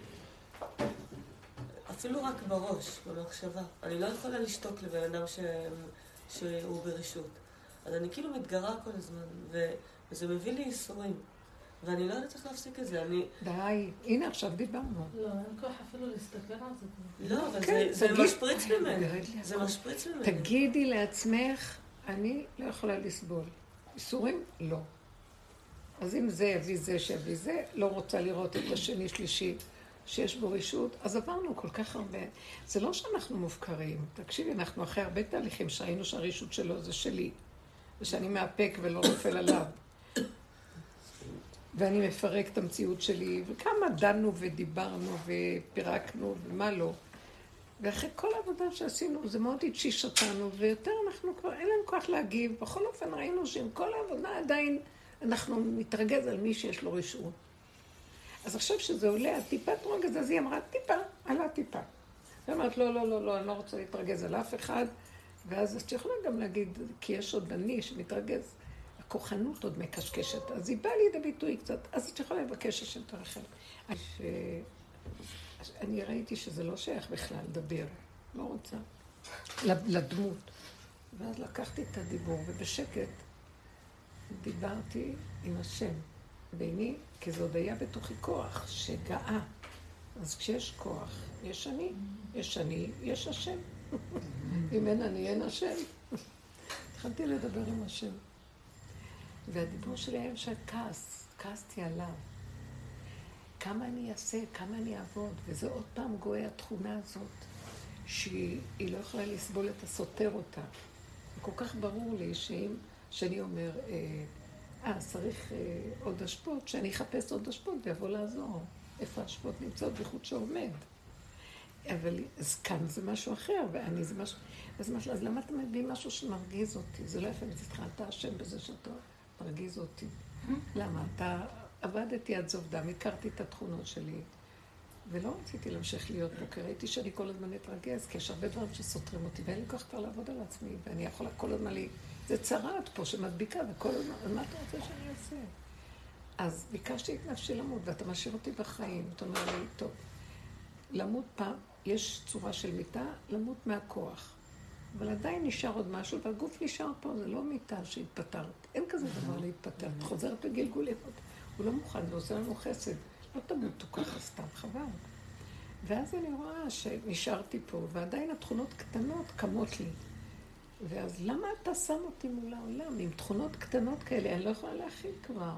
אפילו רק בראש, במחשבה. אני לא יכולה לשתוק לבן אדם שהוא ברשעות. אז אני כאילו מתגרה כל הזמן, וזה מביא לי ייסורים. ואני לא יודעת איך להפסיק את זה, די, הנה עכשיו דיברנו. לא, אין כוח אפילו להסתכל על זה. לא, אבל זה משפריץ ממני. זה משפריץ ממני. תגידי לעצמך, אני לא יכולה לסבול. ייסורים? לא. אז אם זה יביא זה שיביא זה, לא רוצה לראות את השני שלישי שיש בו רשות, אז עברנו כל כך הרבה. זה לא שאנחנו מופקרים. תקשיבי, אנחנו אחרי הרבה תהליכים שראינו שהרשות שלו זה שלי, ושאני מאפק ולא נופל עליו. ואני מפרק את המציאות שלי, וכמה דנו ודיברנו ופירקנו ומה לא. ואחרי כל העבודה שעשינו, זה מאוד התשיש אותנו, ויותר אנחנו כבר, אין לנו כוח להגיב. בכל אופן ראינו שעם כל העבודה עדיין אנחנו מתרגז על מי שיש לו רשעות. אז עכשיו שזה עולה, הטיפת רוגז, אז היא אמרה, טיפה, עלה טיפה. היא אמרת, לא, אני לא רוצה להתרגז על אף אחד. ואז את יכולה גם להגיד, כי יש עוד אני שמתרגז, הכוחנות עוד מקשקשת, אז היא באה לידי ביטוי קצת, אז את יכולה לבקש השם תרחם. אני ראיתי שזה לא שייך בכלל לדבר, לא רוצה, לדמות. ואז לקחתי את הדיבור, ובשקט דיברתי עם השם ביני, כי זה עוד היה בתוכי כוח שגאה. אז כשיש כוח, יש אני, יש השם. אם אין אני, אין השם. התחלתי לדבר עם השם. והדיבור שלי היה של כעס, כעסתי עליו. כמה אני אעשה, כמה אני אעבוד, וזה עוד פעם גואה התכונה הזאת, שהיא לא יכולה לסבול את הסותר אותה. כל כך ברור לי שאני אומר, צריך עוד השפות, שאני אחפש עוד השפות ויבוא לעזור. איפה השפות נמצאות בחוט שעומד. אבל אז כאן זה משהו אחר, ואני זה משהו... אז למה אתה מביא משהו שמרגיז אותי? זה לא יפה מצדך, אתה אשם בזה שאתה מרגיז אותי. למה? עבדתי עד זוב דם, הכרתי את התכונות שלי, ולא רציתי להמשיך להיות פה, כי ראיתי שאני כל הזמן אתרגז, כי יש הרבה דברים שסותרים אותי, ואין לי כך כבר לעבוד על עצמי, ואני יכולה כל הזמן זה צרעת פה שמדביקה, וכל הזמן, מה אתה רוצה שאני אעשה? אז ביקשתי את נפשי למות, ואתה משאיר אותי בחיים. אתה אומר לי, טוב, למות פעם, יש צורה של מיטה, למות מהכוח. אבל עדיין נשאר עוד משהו, והגוף נשאר פה, זה לא מיטה שהתפטרת. אין כזה דבר להתפטר, את חוזרת בגלגולים. הוא לא מוכן, ועושה לנו חסד. לא תמותו ככה סתם, חבל. ואז אני רואה שנשארתי פה, ועדיין התכונות קטנות קמות לי. ואז למה אתה שם אותי מול העולם? עם תכונות קטנות כאלה, אני לא יכולה להכיל כבר.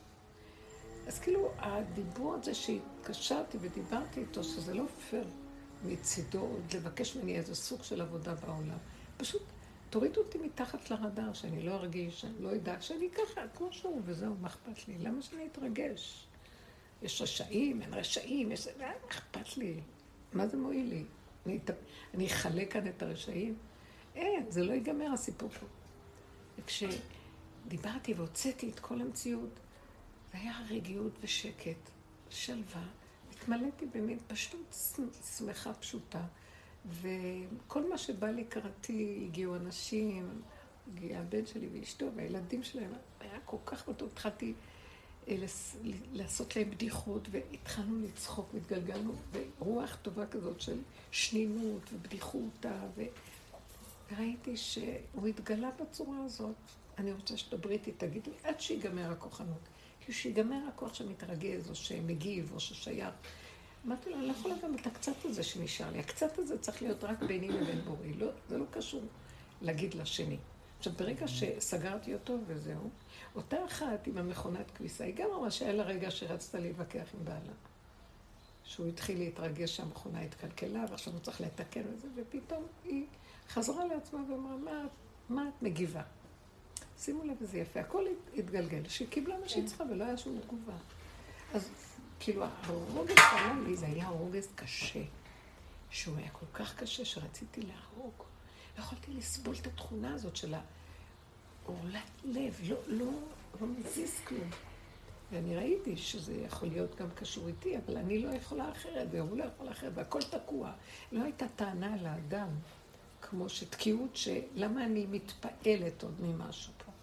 אז כאילו, הדיבור הזה שהתקשרתי ודיברתי איתו, שזה לא פייר מצידו, עוד לבקש ממני איזה סוג של עבודה בעולם. פשוט תוריד אותי מתחת לרדאר, שאני לא ארגיש, שאני לא אדע, שאני ככה, כמו שהוא, וזהו, מה אכפת לי? למה שאני אתרגש? יש רשעים, אין רשעים, יש... מה אכפת לי? מה זה מועיל לי? אני אחלק כאן את הרשעים? אין, זה לא ייגמר הסיפור פה. וכשדיברתי והוצאתי את כל המציאות, זה היה רגיעות ושקט, שלווה, התמלאתי במין פשוט שמחה פשוטה, וכל מה שבא לי קראתי, הגיעו אנשים, הגיע הבן שלי ואשתו והילדים שלהם, היה כל כך טוב, התחלתי לעשות להם בדיחות, והתחלנו לצחוק, התגלגלנו, ורוח טובה כזאת של שנינות ובדיחותה, וראיתי שהוא התגלה בצורה הזאת. אני רוצה שתדברי איתי, תגיד לי, עד שיגמר הכוחנות. כי שיגמר הכוח שמתרגז, או שמגיב, או ששייך. אמרתי לו, אני לא יכולה גם את הקצת הזה שנשאר לי. הקצת הזה צריך להיות רק ביני לבין בורי. לא, זה לא קשור להגיד לשני. עכשיו, ברגע שסגרתי אותו וזהו, אותה אחת עם המכונת כביסה, היא גם ממש היה לה רגע שרצתה להתווכח עם בעלה. שהוא התחיל להתרגש שהמכונה התקלקלה, ועכשיו הוא צריך לתקן את זה, ופתאום היא חזרה לעצמה ואמרה, מה את מגיבה? שימו לב, זה יפה, הכל התגלגל, שהיא קיבלה מה שהיא צריכה ולא היה שום תגובה. אז כאילו, הרוגז שעלה לי, זה היה רוגז קשה, שהוא היה כל כך קשה שרציתי להרוג. לא יכולתי לסבול את התכונה הזאת של העורלת לב, לא מזיז כלום. ואני ראיתי שזה יכול להיות גם קשור איתי, אבל אני לא יכולה אחרת, והוא לא יכול אחרת, והכל תקוע. לא הייתה טענה לאדם, כמו שתקיעות למה אני מתפעלת עוד ממשהו פה.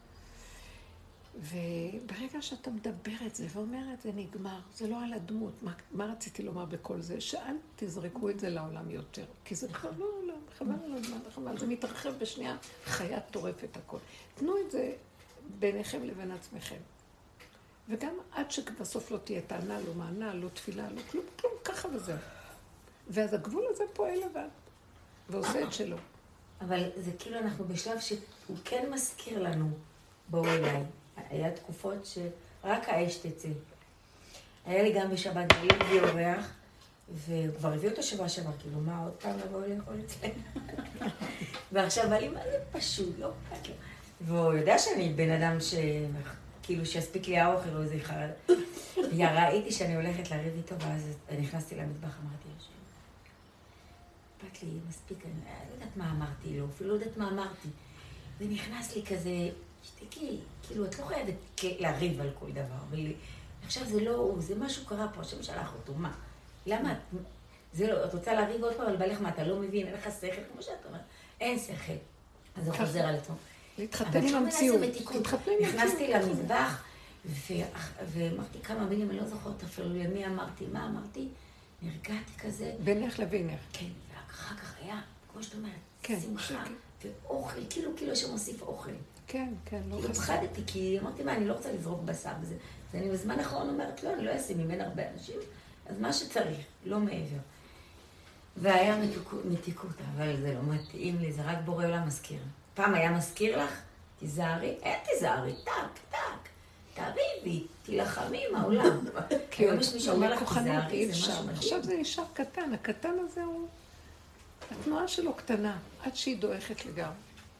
וברגע שאתה מדבר את זה ואומר את זה נגמר, זה לא על הדמות. מה רציתי לומר בכל זה? שאל תזרקו את זה לעולם יותר. כי זה בכלל לא, חבל על הזמן, חבל. זה מתרחב בשנייה, חיה טורפת הכל. תנו את זה ביניכם לבין עצמכם. וגם עד שבסוף לא תהיה טענה, לא מענה, לא תפילה, לא כלום, ככה וזהו. ואז הגבול הזה פועל לבד, ועושה את שלו. אבל זה כאילו אנחנו בשלב שהוא כן מזכיר לנו, בואו אליי. היה תקופות שרק האש תצא. היה לי גם בשבת גליל אורח, וכבר הביא אותו שבוע, כאילו מה, עוד פעם לבוא לאכול אצלנו? ועכשיו בא לי מה זה פשוט, לא פשוט. והוא יודע שאני בן אדם כאילו שיספיק לי האוכל או איזה חרד. ראיתי שאני הולכת לריב איתו, ואז נכנסתי למטבח, אמרתי לו שם. אכפת לי, מספיק, אני לא יודעת מה אמרתי לו, אפילו לא יודעת מה אמרתי. ונכנס לי כזה, שתקי, כאילו, את לא חייבת לריב על כל דבר. עכשיו זה לא הוא, זה משהו קרה פה, השם שלח אותו, מה? למה? זה לא, את רוצה להריב עוד פעם על בעלך, מה, אתה לא מבין, אין לך שכל, כמו שאת אומרת, אין שכל. אז זה חוזר על עצמו. להתחתן עם המציאות. נכנסתי למטבח, ואמרתי כמה מילים, אני לא זוכרת אפילו למי אמרתי, מה אמרתי? נרגעתי כזה. בינך לבינך. כן, ואחר כך היה, כמו שאת אומרת, כן, שמחה, ואוכל, כאילו שמוסיף אוכל. כן, כן, לא חסר. פחדתי, כי אמרתי, מה, אני לא רוצה לזרוק בשר בזה. אז אני בזמן האחרון אומרת, לא, אני לא אשים ממין הרבה אנשים, אז מה שצריך, לא מעבר. והיה מתיקות, אבל זה לא מתאים לי, זה רק בורא עולם מזכיר. פעם היה מזכיר לך, תיזהרי, אין תיזהרי, טק, תריבי, תילחמי עם העולם. כי היום יש מישהו אומר לך, תיזהרי, זה משהו מדהים. עכשיו זה נשאר קטן, הקטן הזה הוא, התנועה שלו קטנה, עד שהיא דועכת לגמרי.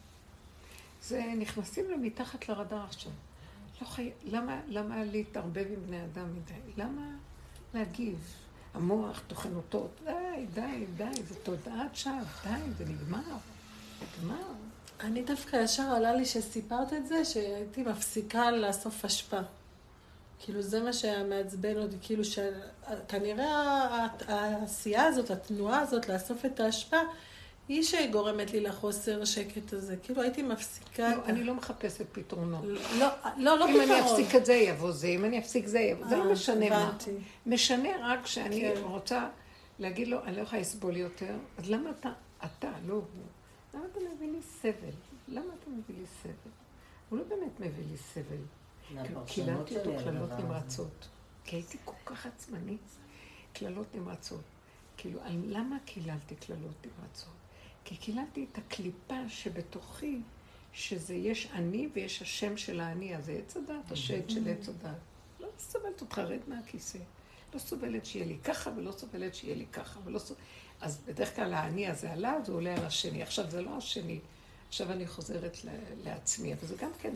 זה נכנסים למתחת לרדאר עכשיו. למה להתערבב עם בני אדם מדי? למה להגיב? המוח, תוכנותות, די, זה תודעת שווא, די, זה נגמר. אני דווקא ישר עלה לי שסיפרת את זה, שהייתי מפסיקה לאסוף אשפה. כאילו זה מה שהיה מעצבן אותי, כאילו שכנראה העשייה הזאת, התנועה הזאת לאסוף את האשפה, היא שגורמת לי לחוסר שקט הזה. כאילו הייתי מפסיקה... לא, אני לא מחפשת פתרונות. לא פתרון. אם אני אפסיק את זה, יבוא זה. אם אני אפסיק זה, יבוא. זה לא משנה מה. משנה רק שאני רוצה להגיד לו, אני לא יכולה לסבול יותר. אז למה אתה, לא הוא. למה אתה מביא לי סבל? למה אתה מביא לי סבל? הוא לא באמת מביא לי סבל. קיללתי אותו קללות נמרצות. כי הייתי כל כך עצמנית. קללות נמרצות. כאילו, למה קיללתי קללות נמרצות? כי קיללתי את הקליפה שבתוכי, שזה יש אני ויש השם של האני הזה, עץ הדת, השד של עץ הדת. לא סובלת אותך, רד מהכיסא. לא סובלת שיהיה לי ככה ולא סובלת שיהיה לי ככה. אז בדרך כלל האני הזה עלה, זה עולה על השני. עכשיו זה לא השני. עכשיו אני חוזרת לעצמי. אבל זה גם כן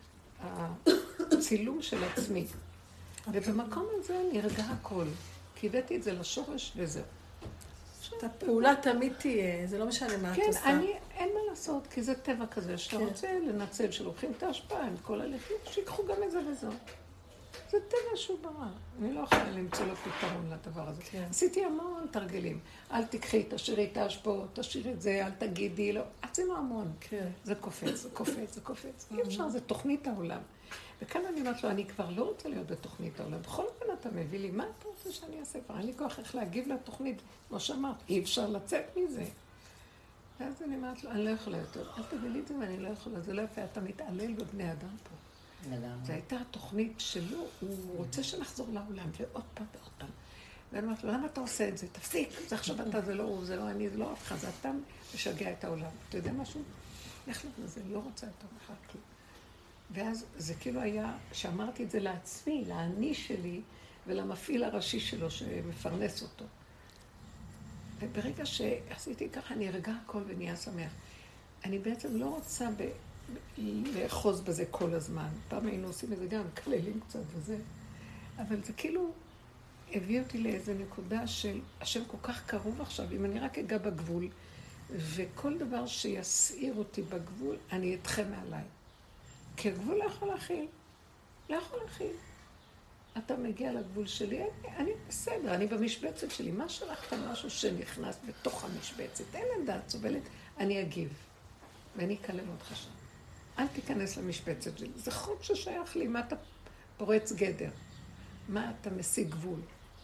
הצילום של עצמי. ובמקום הזה נרגע הכל. כי הבאתי את זה לשורש וזהו. הפעולה תמיד תהיה, זה לא משנה מה את עושה. כן, אין מה לעשות, כי זה טבע כזה, שאתה רוצה לנצל, שלוקחים את ההשפעה עם כל הלכים, שיקחו גם את זה וזהו. זה טבע שהוא ברא. אני לא יכולה למצוא לו פתרון לדבר הזה. עשיתי המון תרגלים. אל תקחי, תשאירי את ההשפעות, תשאירי את זה, אל תגידי, לא. עשינו המון. זה קופץ. אי אפשר, זה תוכנית העולם. וכאן אני אומרת לו, אני כבר לא רוצה להיות בתוכנית העולם. בכל אופן אתה מביא לי, מה אתה רוצה שאני אעשה? כבר אין לי כוח איך להגיב לתוכנית. כמו שאמרת, אי אפשר לצאת מזה. ואז אני אומרת לו, אני לא יכולה יותר. אל תביא לי את זה ואני לא יכולה. זה לא יפה, אתה מתעלל בבני אדם פה. זו הייתה התוכנית שלו, הוא רוצה שנחזור לעולם, ועוד פעם. ואני אומרת לו, למה אתה עושה את זה? תפסיק, זה עכשיו אתה, זה לא הוא, זה לא אני, זה לא אף אחד, זה אתה משגע את העולם. אתה יודע משהו? לך לזה, לא רוצה את המחר כלום. ואז זה כאילו היה, שאמרתי את זה לעצמי, לאני שלי, ולמפעיל הראשי שלו שמפרנס אותו. וברגע שעשיתי ככה, נרגע הכל ונהיה שמח. אני בעצם לא רוצה לאחוז בזה כל הזמן. פעם היינו עושים את זה גם, כללים קצת וזה. אבל זה כאילו הביא אותי לאיזו נקודה של השם כל כך קרוב עכשיו, אם אני רק אגע בגבול, וכל דבר שיסעיר אותי בגבול, אני אתכם מעליי. כי הגבול לא יכול להכיל. אתה מגיע לגבול שלי, אני בסדר, אני במשבצת שלי. מה שלחת משהו שנכנס בתוך המשבצת? אין לדעת, סובלת, אני אגיב. ואני אקלל אותך שם. אל תיכנס למשבצת שלי. זה חוק ששייך לי, מה אתה פורץ גדר? מה אתה משיג גבול?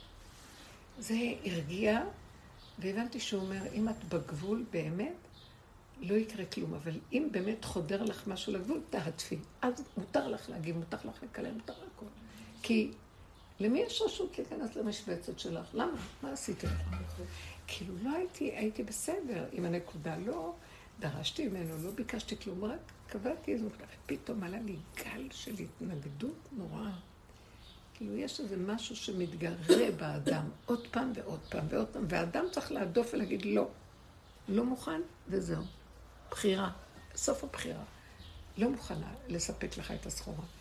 זה הרגיע, והבנתי שהוא אומר, אם את בגבול באמת, לא יקרה כלום, אבל אם באמת חודר לך משהו לגבול, תעטפי. אז מותר לך להגיב, מותר לך לקלל, מותר לך הכל. כי למי יש רשות להיכנס למשבצת שלך? למה? מה עשיתי לך? כאילו לא הייתי בסדר עם הנקודה, לא דרשתי ממנו, לא ביקשתי כלום, רק קבעתי איזו נקודה, ופתאום עלה לי גל של התנגדות נוראה. כאילו יש איזה משהו שמתגרה באדם, עוד פעם ועוד פעם ועוד פעם, והאדם צריך להדוף ולהגיד לא. לא מוכן, וזהו. בחירה, סוף הבחירה. לא מוכנה לספק לך את הסחורה.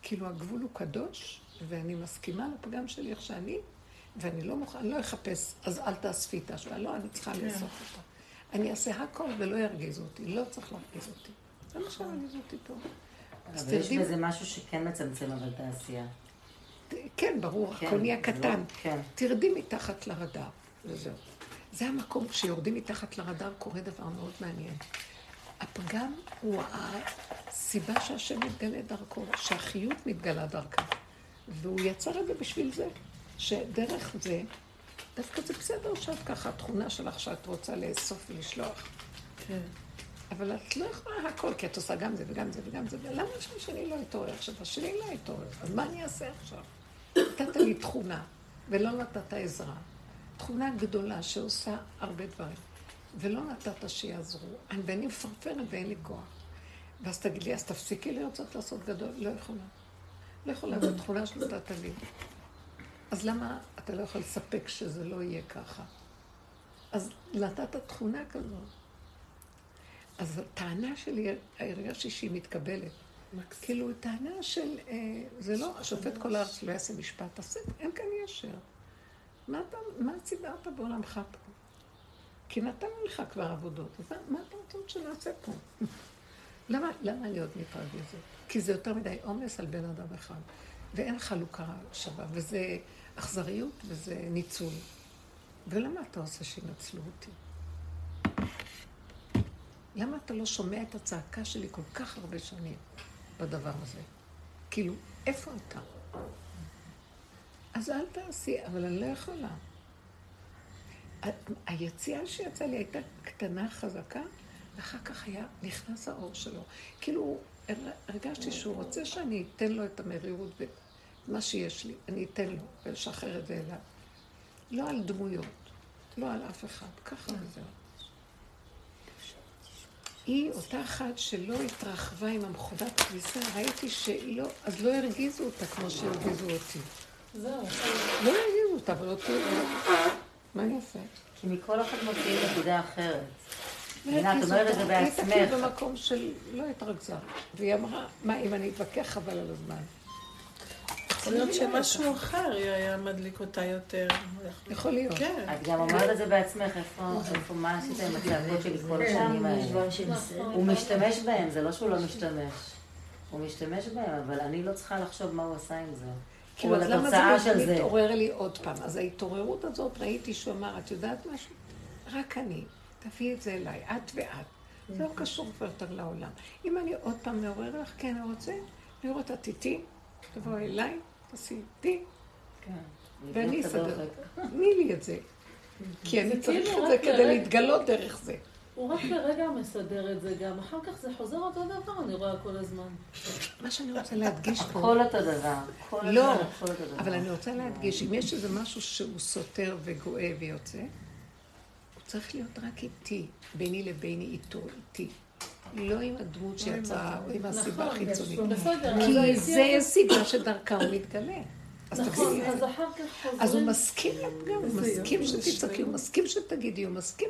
כאילו הגבול הוא קדוש, ואני מסכימה לפגם שלי איך שאני, ואני לא מוכן, אני לא אחפש, אז אל תאספי את ההשוואה, לא, אני צריכה לאסוף אותה. אני אעשה הכל ולא ירגיזו אותי, לא צריך להרגיז אותי. זה מה שירגיז אותי פה. אבל יש בזה משהו שכן מצמצם אבל את העשייה. כן, ברור, הכל נהיה קטן. כן. תרדי מתחת לרדאר, וזהו. זה המקום, כשיורדים מתחת לרדאר קורה דבר מאוד מעניין. הפגם הוא הסיבה שהשם מתגלה דרכו, שהחיות מתגלה דרכה. והוא יצר את זה בשביל זה, שדרך זה, דווקא זה בסדר שאת ככה, התכונה שלך שאת רוצה לאסוף ולשלוח. כן. אבל את לא יכולה הכל, כי את עושה גם זה וגם זה וגם זה. למה שאני לא אתעורר עכשיו? השני לא אתעורר. אז מה אני אעשה עכשיו? נתת לי תכונה, ולא נתת עזרה. תכונה גדולה שעושה הרבה דברים. ולא נתת שיעזרו. ואני מפרפרת ואין לי כוח. ואז תגיד לי, אז תפסיקי לרצות לעשות גדול. לא יכולה. לא יכולה, זו תכונה שנתת לי. אז למה אתה לא יכול לספק שזה לא יהיה ככה? אז נתת תכונה כזאת. אז הטענה שלי, הרגשתי שהיא מתקבלת. כאילו, טענה של, זה לא, השופט כל הארץ לא יעשה משפט, תעשה, אין כאן ישר. מה ציברת בעולמך פה? כי נתנו לך כבר עבודות, אז מה אתה רוצה שנעשה פה? למה אני עוד מתרגזת? כי זה יותר מדי עומס על בן אדם אחד, ואין חלוקה שווה, וזה אכזריות וזה ניצול. ולמה אתה עושה שינצלו אותי? למה אתה לא שומע את הצעקה שלי כל כך הרבה שנים בדבר הזה? כאילו, איפה אתה? אז אל תעשי, אבל אני לא יכולה. היציאה שיצאה לי הייתה קטנה, חזקה, ואחר כך נכנס האור שלו. כאילו, הרגשתי שהוא רוצה שאני אתן לו את המרירות ומה שיש לי. אני אתן לו ולשחרר את זה אליו. לא על דמויות, לא על אף אחד, ככה וזהו. היא אותה אחת שלא התרחבה עם המכונת כביסה, ראיתי שלא, אז לא הרגיזו אותה כמו שהרגיזו אותי. זהו. לא הרגיזו אותה, אבל אותי... מה אני עושה? כי מכל אחד מוציאים נקודה אחרת. הנה, את אומרת את זה בעצמך. הייתה כאילו במקום של לא התרכזה. והיא אמרה, מה אם אני אתווכח חבל על הזמן? יכול להיות שמשהו אחר היה מדליק אותה יותר. יכול להיות. כן. את גם אומרת את זה בעצמך, איפה מה עשית עם הצעקות שלי כל השנים האלה. הוא משתמש בהם, זה לא שהוא לא משתמש. הוא משתמש בהם, אבל אני לא צריכה לחשוב מה הוא עשה עם זה. כאילו, אז למה זה לא מתעורר לי עוד פעם? אז ההתעוררות הזאת, ראיתי שהוא אמר, את יודעת משהו? רק אני, תביאי את זה אליי, את ואת. זה לא קשור כבר יותר לעולם. אם אני עוד פעם מעורר לך, כן, אני רוצה לראות את איתי, תבוא אליי, תעשי איתי, ואני אסדר. תני לי את זה. כי אני צריך את זה כדי להתגלות דרך זה. הוא רק לרגע מסדר את זה גם, אחר כך זה חוזר אותו דבר, אני רואה כל הזמן. מה שאני רוצה להדגיש פה... כל אותו דבר. לא, אבל אני רוצה להדגיש, אם יש איזה משהו שהוא סותר וגואה ויוצא, הוא צריך להיות רק איתי, ביני לביני איתו, איתי. לא עם הדמות שיצאה, או עם הסיבה החיצונית. כי זה סיבה שדרכה הוא מתגלה. נכון, אז אחר כך חוזרים... אז הוא מסכים לפגם, הוא מסכים שתצעקי, הוא מסכים שתגידי, הוא מסכים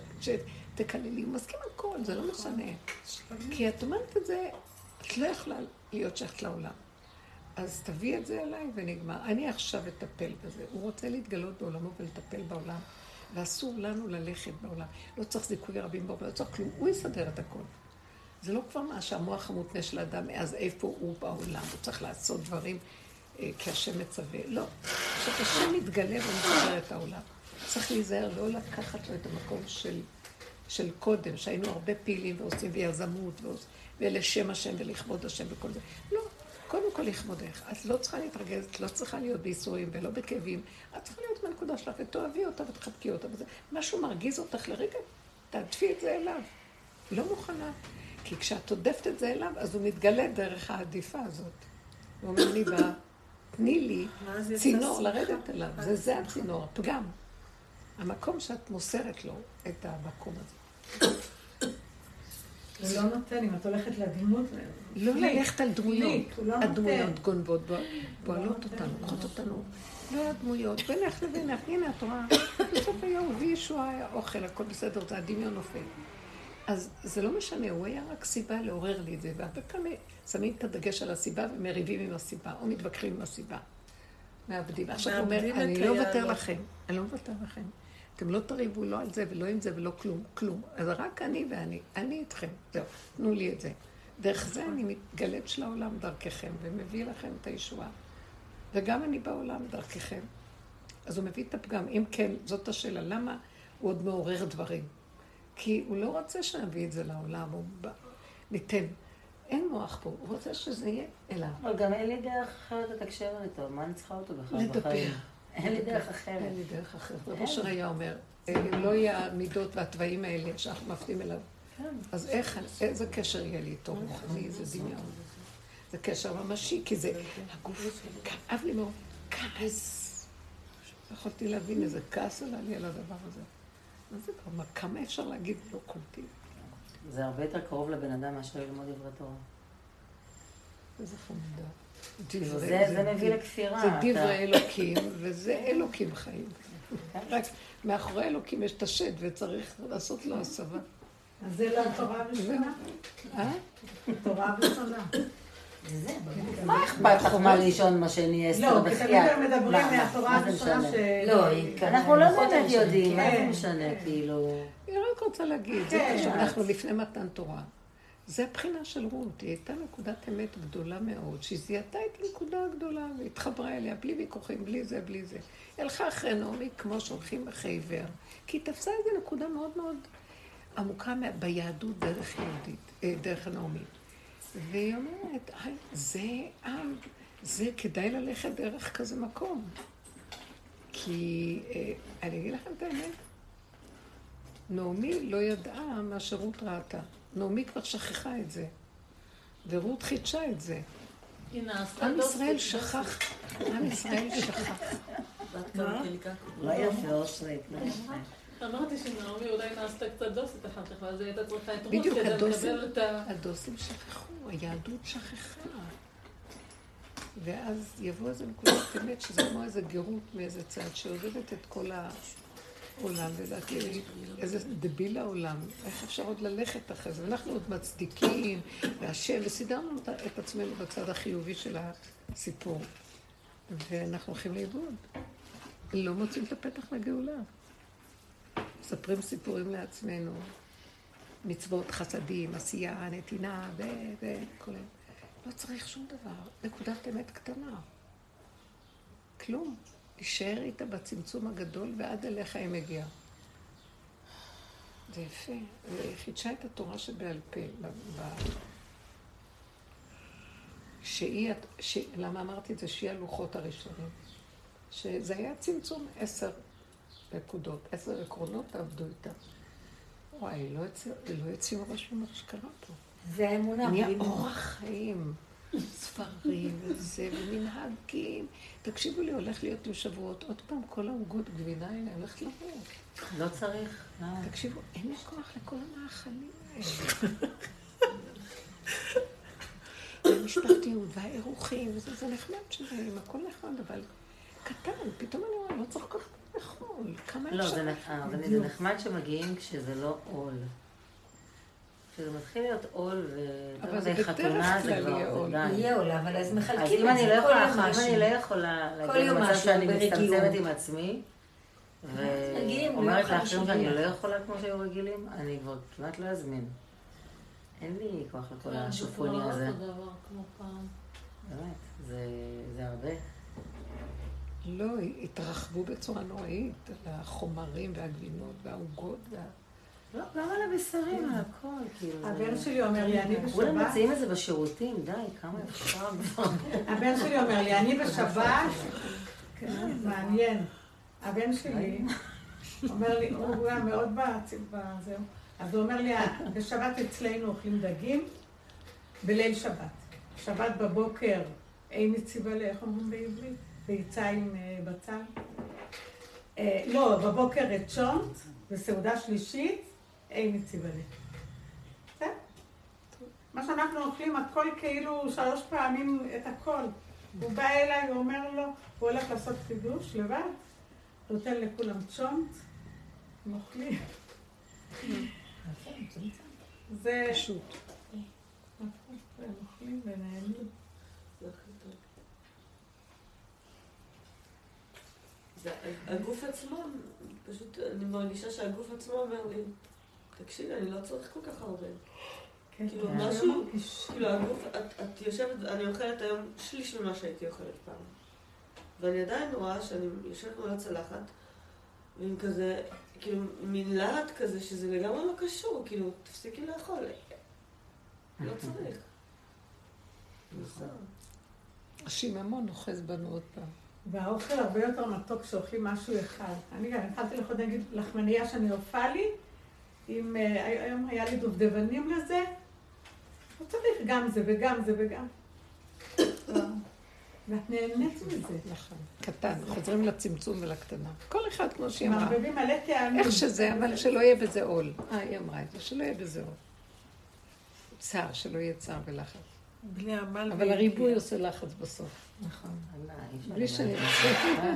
שתקללי, הוא מסכים על כל, זה לא משנה. כי את אומרת את זה, את לא יכולה להיות שייכת לעולם. אז תביא את זה אליי ונגמר. אני עכשיו אטפל בזה. הוא רוצה להתגלות בעולמו ולטפל בעולם, ואסור לנו ללכת בעולם. לא צריך זיכוי רבים בעולם, לא צריך כלום, הוא יסדר את הכל. זה לא כבר מה שהמוח המותנה של האדם, אז איפה הוא בעולם, הוא צריך לעשות דברים כי השם מצווה. לא, כשהשם מתגלה ומסדר את העולם. צריך להיזהר, לא לקחת לו את המקום של קודם, שהיינו הרבה פעילים ועושים ויזמות, ולשם השם ולכבוד השם וכל זה. לא, קודם כל לכבודך. את לא צריכה להתרגז, את לא צריכה להיות בייסורים ולא בכאבים. את צריכה להיות מהנקודה שלך ותאהבי אותה ותחבקי אותה. משהו מרגיז אותך לרגע, תעדפי את זה אליו. לא מוכנה. כי כשאת עודפת את זה אליו, אז הוא מתגלה דרך העדיפה הזאת. הוא אומר לי, תני לי צינור לרדת אליו. זה הצינור, הפגם. המקום שאת מוסרת לו את המקום הזה. הוא לא נותן, אם את הולכת לדמות... לא ללכת על דמויות. הדמויות גונבות, בועלות אותנו, קחות אותנו. לא הדמויות, בינך לבינך, הנה את רואה, בסוף היום הביא ישוע, האוכל, הכל בסדר, זה הדמיון נופל. אז זה לא משנה, הוא היה רק סיבה לעורר לי את זה, והרבה פעמים שמים את הדגש על הסיבה ומריבים עם הסיבה, או מתווכחים עם הסיבה. מאבדים. עכשיו הוא אומר, אני לא מוותר לכם, אני לא מוותר לכם. אתם לא תריבו לא על זה ולא עם זה ולא כלום, כלום. אז רק אני ואני, אני איתכם, זהו, תנו לי את זה. דרך זה אני מתגלת של העולם דרככם, ומביא לכם את הישועה. וגם אני בעולם דרככם. אז הוא מביא את הפגם. אם כן, זאת השאלה, למה הוא עוד מעורר דברים? כי הוא לא רוצה שנביא את זה לעולם, הוא ניתן. אין מוח פה, הוא רוצה שזה יהיה אליו. אבל גם אין לי דרך אחרת לתקשר איתו, מה אני צריכה אותו בכלל בחיים? אין לי דרך אחרת. אין לי דרך אחרת. רב אושר היה אומר, לא יהיה המידות והטבעים האלה שאנחנו מפנים אליו. אז איזה קשר יהיה לי איתו רוחני, זה דמיון. זה קשר ממשי, כי זה הגוף כאב לי מאוד, כעס. יכולתי להבין איזה כעס עלה לי על הדבר הזה. מה זה כבר? כמה אפשר להגיד לא קולטים? זה הרבה יותר קרוב לבן אדם מאשר ללמוד דברי תורה. איזה חמודה. זה מביא לכפירה. זה דברי אלוקים, וזה אלוקים חיים. רק מאחורי אלוקים יש את השד, וצריך לעשות לו הסבה. אז זה לא התורה הראשונה? התורה הראשונה. מה אכפת לך מה לישון מה שאני אסתר לא, בחייאת? כי תמיד מדברים מהתורה הראשונה לא, אנחנו לא באמת יודעים, מה זה משנה, כאילו... אני רק רוצה להגיד, זה קשור, אנחנו לפני מתן תורה. זה הבחינה של רות, היא הייתה נקודת אמת גדולה מאוד, שזיהתה את הנקודה הגדולה והתחברה אליה, בלי ויכוחים, בלי זה, בלי זה. הלכה אחרי נעמי כמו שהולכים אחרי עיוור, כי היא תפסה איזו נקודה מאוד מאוד עמוקה ביהדות דרך יהודית, דרך נעמי. והיא אומרת, זה כדאי ללכת דרך כזה מקום. כי אני אגיד לכם את האמת, נעמי לא ידעה מה שרות ראתה. נעמי כבר שכחה את זה, ורות חידשה את זה. עם ישראל שכח, עם ישראל שכח. לא יפה, אושרית, לא יפה. אמרתי שנעמי אולי נעשתה קצת דוסית אחר כך, ואז היא הייתה צריכה את רות בדיוק, כדי לקבל את ה... הדוסים שכחו, היהדות שכחה. ואז יבוא איזה נקודת אמת, שזה כמו איזה גירות מאיזה צד, שעוזבת את כל העולם, ולהגיד, איזה דביל העולם, איך אפשר עוד ללכת אחרי זה? ואנחנו עוד מצדיקים, והשם, וסידרנו את עצמנו בצד החיובי של הסיפור. ואנחנו הולכים לאיבוד. לא מוצאים את הפתח לגאולה. מספרים סיפורים לעצמנו, מצוות, חסדים, עשייה, נתינה, וכל זה. לא צריך שום דבר, נקודת אמת קטנה. כלום. להישאר איתה בצמצום הגדול, ועד אליך היא מגיעה. זה יפה. וחידשה את התורה שבעל פה. למה אמרתי את זה? שהיא הלוחות הראשונים. שזה היה צמצום 10 נקודות, 10 עקרונות עבדו איתה. וואי, לא יוצאים ראש ממה שקרה פה. זה האמונה. נהיה אורח חיים, ספרים וזה, ומנהגים. תקשיבו לי, הולך להיות עם שבועות. עוד פעם, כל העוגות גבינה האלה הולכת לבוא. לא צריך. תקשיבו, אין לי כוח לכל המאכלים האלה. המשפחתיות והאירוחים, זה נחמד שלהם, הכל נחמד, אבל קטן. פתאום אני אומר, לא צריך כל כך לאכול. כמה אפשר? לא, זה נחמד שמגיעים כשזה לא עול. כשזה מתחיל להיות עול וחתונה זה כבר יהיה עול, אבל אז מחלקים את זה כל יום משהו. אז אם אני לא יכולה להגיע למצב שאני מצטמצמת עם עצמי, ואומרת לאחרים שאני לא יכולה כמו שהיו רגילים, אני כבר כמעט לא אזמין. אין לי כוח לכל השופוני הזה. זה כבר לא אותו דבר כמו פעם. באמת, זה הרבה. לא, התרחבו בצורה נוראית, על החומרים והגבינות והעוגות לא, גם על הבשרים, על הכל, כאילו. הבן שלי אומר לי, אני בשבת... כולם מציעים את זה בשירותים, די, כמה אפשר. הבן שלי אומר לי, אני בשבת... מעניין. הבן שלי אומר לי, הוא היה מאוד בזהו. אז הוא אומר לי, בשבת אצלנו אוכלים דגים, בליל שבת. שבת בבוקר, אין מציבה איך אומרים בעברית? ביצה עם בצל. לא, בבוקר את צ'ונט, בסעודה שלישית, אין מציבה לי. מה שאנחנו אוכלים, הכל כאילו 3 פעמים את הכל. הוא בא אליי ואומר לו, הוא הולך לעשות חידוש לבד, נותן לכולם צ'ונט, הם אוכלים. זה... פשוט. הם אוכלים ונהנים. זה הכי טוב. הגוף עצמו, פשוט אני מרגישה שהגוף עצמו אומר לי, תקשיבי, אני לא צריך כל כך הרבה. כאילו משהו, כאילו הגוף, את יושבת, אני אוכלת היום שליש ממה שהייתי אוכלת פעם. ואני עדיין רואה שאני יושבת מול הצלחת, ועם כזה, כאילו מין להט כזה, שזה לגמרי לא קשור, כאילו, תפסיקי לאכול. לא צריך. השיממון אוחז בנו עוד פעם. והאוכל הרבה יותר מתוק כשאוכלים משהו אחד. אני גם התחלתי לך נגיד לחמניה שאני אופה לי, היום היה לי דובדבנים לזה, לא צריך גם זה וגם זה וגם. ואת נהנית מזה. נכון, קטן, חוזרים לצמצום ולקטנה. כל אחד כמו שהיא אמרה. מערבבים מלא טעמים. איך שזה, אבל שלא יהיה בזה עול. היא אמרה את זה, שלא יהיה בזה עול. צער, שלא יהיה צער ולחץ. בלי עמל. אבל הריבוי עושה לחץ בסוף. נכון. בלי שאני רוצה.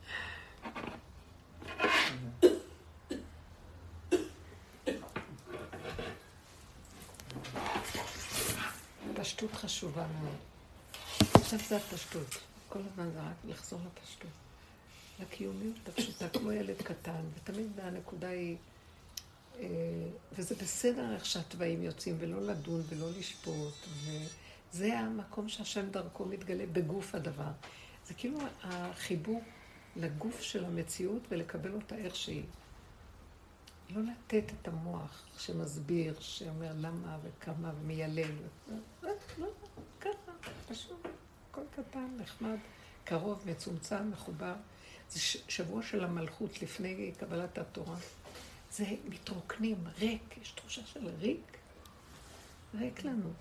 פשטות חשובה מאוד. עכשיו זה הפשטות. כל הזמן זה רק לחזור לפשטות. לקיומיות הפשוטה, כמו ילד קטן, ותמיד הנקודה היא, וזה בסדר איך שהטבעים יוצאים, ולא לדון ולא לשפוט, וזה המקום שהשם דרכו מתגלה בגוף הדבר. זה כאילו החיבור לגוף של המציאות ולקבל אותה איך שהיא. לא לתת את המוח שמסביר, שאומר למה וכמה ומיילל. לא, ככה, פשוט. הכל קטן, נחמד, קרוב, מצומצם, מחובר. זה שבוע של המלכות לפני קבלת התורה. זה מתרוקנים, ריק, יש תחושה של ריק. ריק לנו.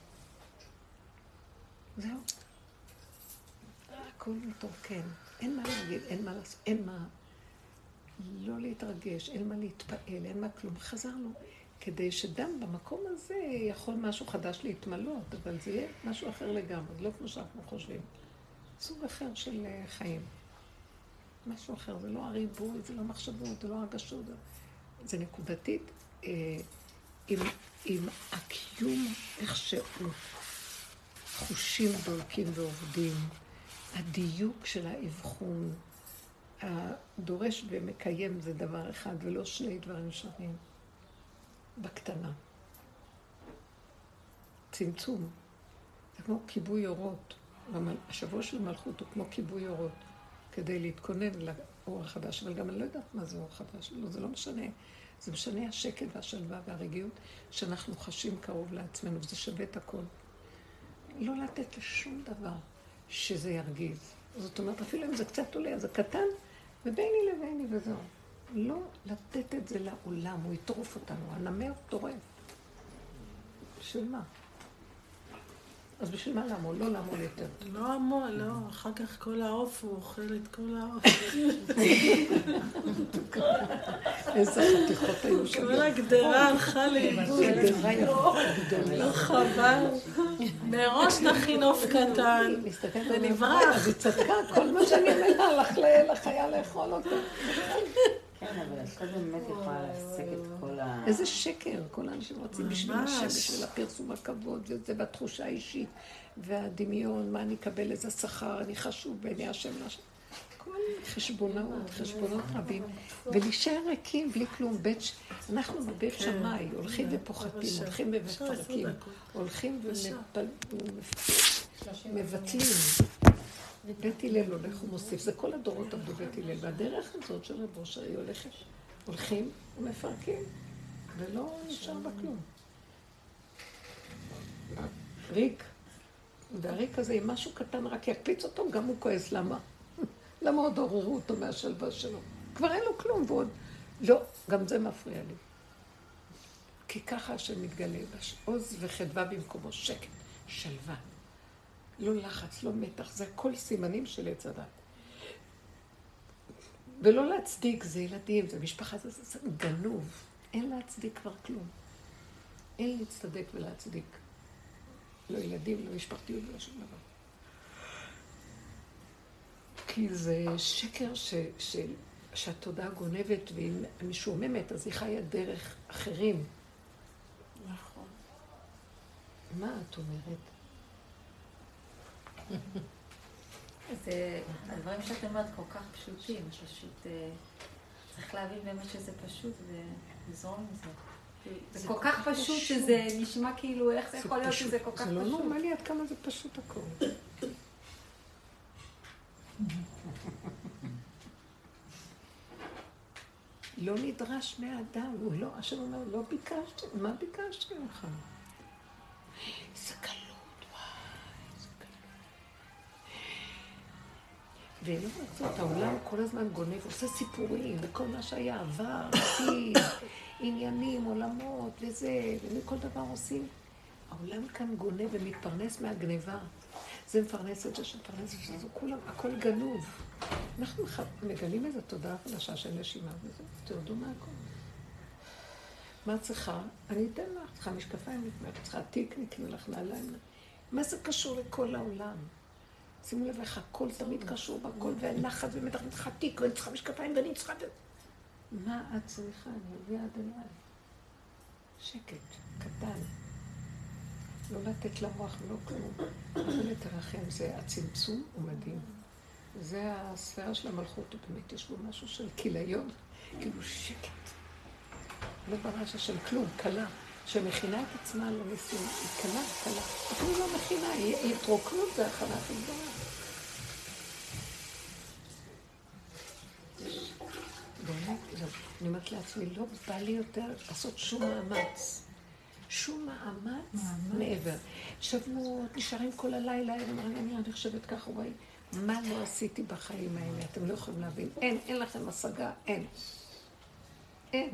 זהו. הכל מתרוקן. אין מה להגיד, אין מה לעשות, אין מה לא להתרגש, אין מה להתפעל, אין מה כלום. חזרנו כדי שדם במקום הזה יכול משהו חדש להתמלות, אבל זה יהיה משהו אחר לגמרי, לא כמו שאנחנו חושבים. סוג אחר של חיים. משהו אחר, זה לא הריבוי, זה לא מחשבות, זה לא הרגשות, זה נקודתית. עם הקיום איכשהו חושים דולקים ועובדים, הדיוק של האבחון, הדורש ומקיים זה דבר אחד ולא שני דברים שונים. בקטנה. צמצום. זה כמו כיבוי אורות. השבוע של מלכות הוא כמו כיבוי אורות, כדי להתכונן לאור החדש, אבל גם אני לא יודעת מה זה אור חדש. לא, זה לא משנה. זה משנה השקט והשלווה והרגיעות שאנחנו חשים קרוב לעצמנו, וזה שווה את הכל. לא לתת לשום דבר שזה ירגיז. זאת אומרת, אפילו אם זה קצת עולה, אז זה קטן, וביני לביני וזהו. לא לתת את זה לעולם, הוא יטרוף אותנו, הנמר טורף. בשביל מה? אז בשביל מה לעמול? לא לעמול יותר. לא עמול, לא. אחר כך כל העוף, הוא אוכל את כל העוף. איזה חתיכות היו שם. כל הגדרה הלכה לאיבוד. גדרה יפה גדולה. חבל. מראש נכין עוף קטן. ונברח. אז היא צדקה, כל מה שאני מנה הלך לחיה לאכול אותו. כן, אבל את באמת יכולה להפסיק את כל ה... איזה שקר, כל האנשים רוצים בשביל השם, בשביל הפרסום הכבוד, וזה בתחושה האישית, והדמיון, מה אני אקבל, איזה שכר, אני חשוב בעיני השם, כל חשבונות רבים, ולהישאר ריקים בלי כלום, אנחנו בבית שמאי, הולכים ופוחתים, הולכים ומפרקים, הולכים ומבטלים. בית הלל הולך ומוסיף, זה כל הדורות עבדו בית הלל, והדרך הזאת של רב אושר היא הולכת, הולכים ומפרקים, ולא נשאר בה כלום. ריק, והריק הזה, אם משהו קטן רק יקפיץ אותו, גם הוא כועס, למה? למה עוד עוררו אותו מהשלווה שלו? כבר אין לו כלום, ועוד לא, גם זה מפריע לי. כי ככה שמתגלה, עוז וחדווה במקומו, שקט, שלווה. לא לחץ, לא מתח, זה הכל סימנים של עץ הדת. ולא להצדיק, זה ילדים, זה משפחה, זה גנוב. אין להצדיק כבר כלום. אין להצטדק ולהצדיק. לא ילדים, לא משפחתיות, לא שום דבר. כי זה שקר שהתודעה גונבת, ואם משועממת, אז היא חיה דרך אחרים. נכון. מה את אומרת? זה, הדברים שאת אומרת כל כך פשוטים, פשוט צריך להבין באמת שזה פשוט ולזרום עם זה. זה כל כך פשוט שזה נשמע כאילו, איך זה יכול להיות שזה כל כך פשוט? זה לא נורמלי עד כמה זה פשוט הכל. לא נדרש מהאדם, הוא לא, השם אומר, לא ביקשתי, מה ביקשתי ממך? זה קלות, וואי, זה קלות. ולא רצות, העולם כל הזמן גונב, עושה סיפורים, וכל מה שהיה עבר, עתיד, עניינים, עולמות, וזה, ומכל דבר עושים. העולם כאן גונב ומתפרנס מהגניבה. זה מפרנס את זה שמפרנס את זה, כולם, הכל גנוב. אנחנו מגלים איזו תודעה חדשה של נשימה וזה, תרדו מהכל. מה צריכה? אני אתן לך, צריכה משקפיים נקנה, צריכה תיק נקנה לך נעליים. מה זה קשור לכל העולם? שימו לב איך הכל תמיד קשור בהכל, והנחת ומתח, אני צריכה תיק, ואני צריכה משקפיים, ואני צריכה... מה את צריכה? אני אביא עד אליי. שקט, קטן. לא לתת למוח ולא כלום. אבל לתרחם זה הצמצום ומדהים. זה הספירה של המלכות, באמת יש בו משהו של כיליון, כאילו שקט. לא ברעש של כלום, קלה, שמכינה את עצמה לניסים, היא קלה, קלה. אפילו לא מכינה, היא התרוקנות, זה הכנה הכי גדולה. באמת, לא. אני אומרת לעצמי, לא בא לי יותר לעשות שום מאמץ. שום מאמץ מעבר. שבנו, נשארים כל הלילה, אני חושבת ככה, וואי, מה לא עשיתי בחיים האלה? אתם לא יכולים להבין. אין לכם השגה, אין. אין.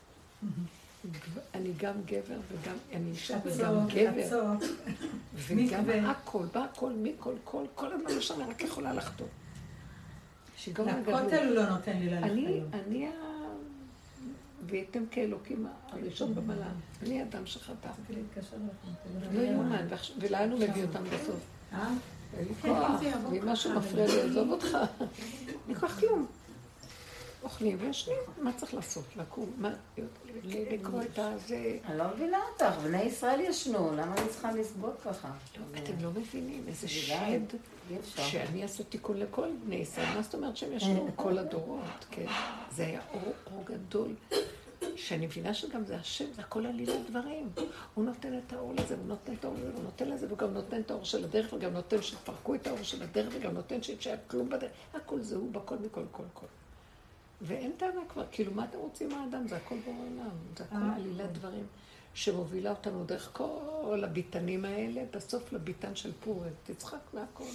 אני גם גבר וגם, אני אישה וגם גבר. וגם הכל, בהכל, מכל, כל הזמן שם רק יכולה לחתום. לכותל הוא לא נותן לי ללכת היום. אני והייתם כאלוקים הראשון במעלה. אני אדם שחטא. לא יאומן, ולאן הוא מביא אותם בסוף? אין לי כוח, ואם משהו מפריע לי, עזוב אותך. אין כוח כלום. אוכלים וישנים, מה צריך לעשות? לקום, מה? לקרוא את הזה... אני לא מבינה אותך, בני ישראל ישנו, למה אני צריכה לסבוד ככה? אתם לא מבינים, איזה שד שאני אעשה תיקון לכל בני ישראל. מה זאת אומרת שהם ישנו כל הדורות, כן? זה היה אור גדול, שאני מבינה שגם זה השם, זה הכל עלילת דברים. הוא נותן את האור לזה, הוא נותן את האור לזה, הוא נותן לזה, והוא גם נותן את האור של הדרך, וגם נותן שתפרקו את האור של הדרך, וגם נותן שישאר כלום בדרך. הכל זה הוא בכל מכל כל. ואין טענה כבר, כאילו מה אתם רוצים מהאדם? זה הכל בעולם, זה הכל עלילת דברים שמובילה אותנו דרך כל הביטנים האלה, בסוף לביטן של פורים, תצחק מהכל.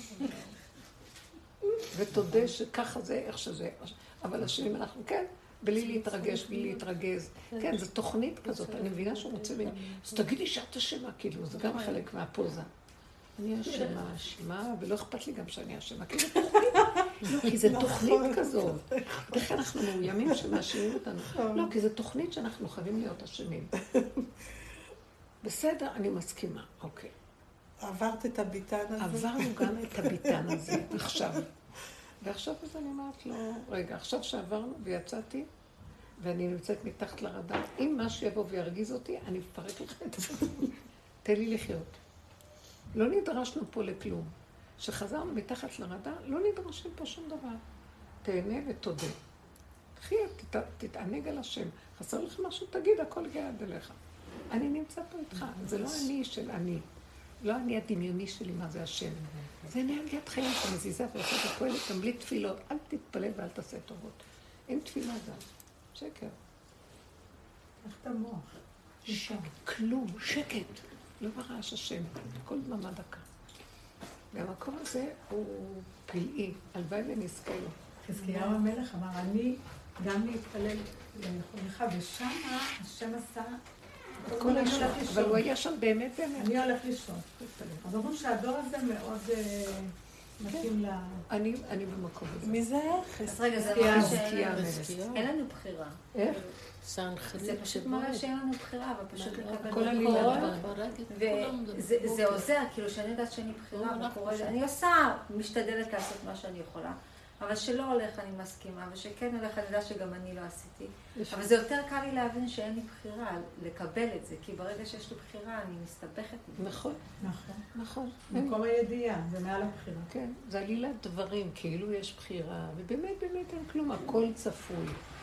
ותודה שככה זה, איך שזה, אבל השנים אנחנו, כן, בלי להתרגש, בלי להתרגז. כן, זו תוכנית כזאת, אני מבינה שהוא רוצה ממני. אז תגידי שאת אשמה, כאילו, זה גם חלק מהפוזה. אני אשמה, ולא אכפת לי גם שאני אשמה, כי זה תוכנית. לא, כי זה תוכנית כזאת. איך אנחנו מאוימים שמאשימים אותנו? לא, כי זו תוכנית שאנחנו חייבים להיות אשמים. בסדר, אני מסכימה, אוקיי. עברת את הביטן הזה? עברנו גם את הביטן הזה, עכשיו. ועכשיו אז אני אומרת לו, רגע, עכשיו שעברנו ויצאתי, ואני נמצאת מתחת לרדאר, אם משהו יבוא וירגיז אותי, אני אפרק לך את זה. תן לי לחיות. לא נדרשנו פה לכלום. כשחזרנו מתחת לרדאר, לא נדרשים פה שום דבר. תהנה ותודה. תחיה, תתענג על השם. חסר לך משהו, תגיד, הכל געד אליך. אני נמצא פה איתך. זה לא אני של אני. לא אני הדמיוני שלי, מה זה השם. זה אנרגיית חיים שמזיזה ועושה את הפועלת גם בלי תפילות. אל תתפלל ואל תעשה טובות. אין תפילה גם. שקר. איך אתה מוח? שקט, כלום, שקט. לא ברעש השם, כל דממה דקה. והמקום הזה הוא פלאי, הלוואי ונזכה לו. חזקיהו המלך אמר, אני גם להתפלל לך, ושם השם עשה... כל השם, אבל הוא היה שם באמת. אני הולך לישון. אז אומרים שהדור הזה מאוד מתאים ל... אני במקום הזה. מי זה? אז רגע, זה אין לנו בחירה. איך? זה פשוט מראה שאין לנו בחירה, אבל פשוט לקבל כל הלילה. וזה עוזר, כאילו שאני יודעת שאני בחירה, אני עושה, משתדלת לעשות מה שאני יכולה. אבל שלא הולך אני מסכימה, ושכן הולך אני יודעת שגם אני לא עשיתי. אבל זה יותר קל לי להבין שאין לי בחירה, לקבל את זה, כי ברגע שיש לי בחירה אני מסתבכת. נכון. נכון. נכון. במקום הידיעה, זה מעל הבחירה. כן, זה עלילת דברים, כאילו יש בחירה, ובאמת אין כלום, הכל צפוי.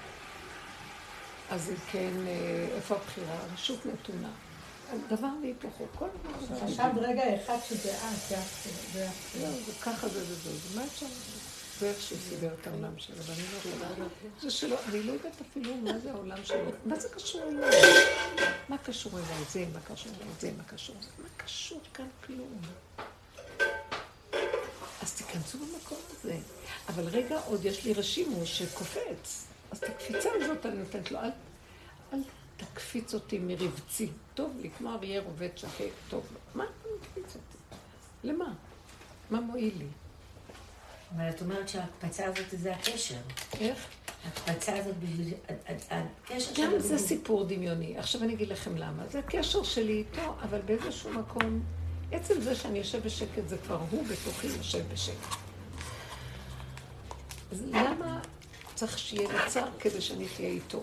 אז כן, איפה הבחירה? רשות נתונה. דבר והיפוכו, כל דבר. חשב רגע אחד שזה זה זה ככה זה. מה אפשר לעשות? זה איך שהוא סידר את העולם שלו, ואני לא יודעת. זה שלא, אני לא יודעת אפילו מה זה העולם שלו. מה זה קשור אליי? מה קשור אליי? זה, מה קשור אליי? זה, מה קשור? מה קשור כאן כלום? אז תיכנסו במקום הזה. אבל רגע, עוד יש לי רשימו שקופץ. אז את הקפיצה הזאת אני נותנת לו, אל תקפיץ אותי מרבצי. טוב לי, כמו אריה רובד שקט, טוב לו. מה אתה מקפיץ אותי? למה? מה מועיל לי? אבל את אומרת שההקפצה הזאת זה הקשר. איך? ההקפצה הזאת בשביל... הקשר גם זה סיפור דמיוני. עכשיו אני אגיד לכם למה. זה הקשר שלי איתו, אבל באיזשהו מקום, עצם זה שאני יושב בשקט, זה כבר הוא בתוכי יושב בשקט. אז למה צריך שיהיה נצר כדי שאני תהיה איתו?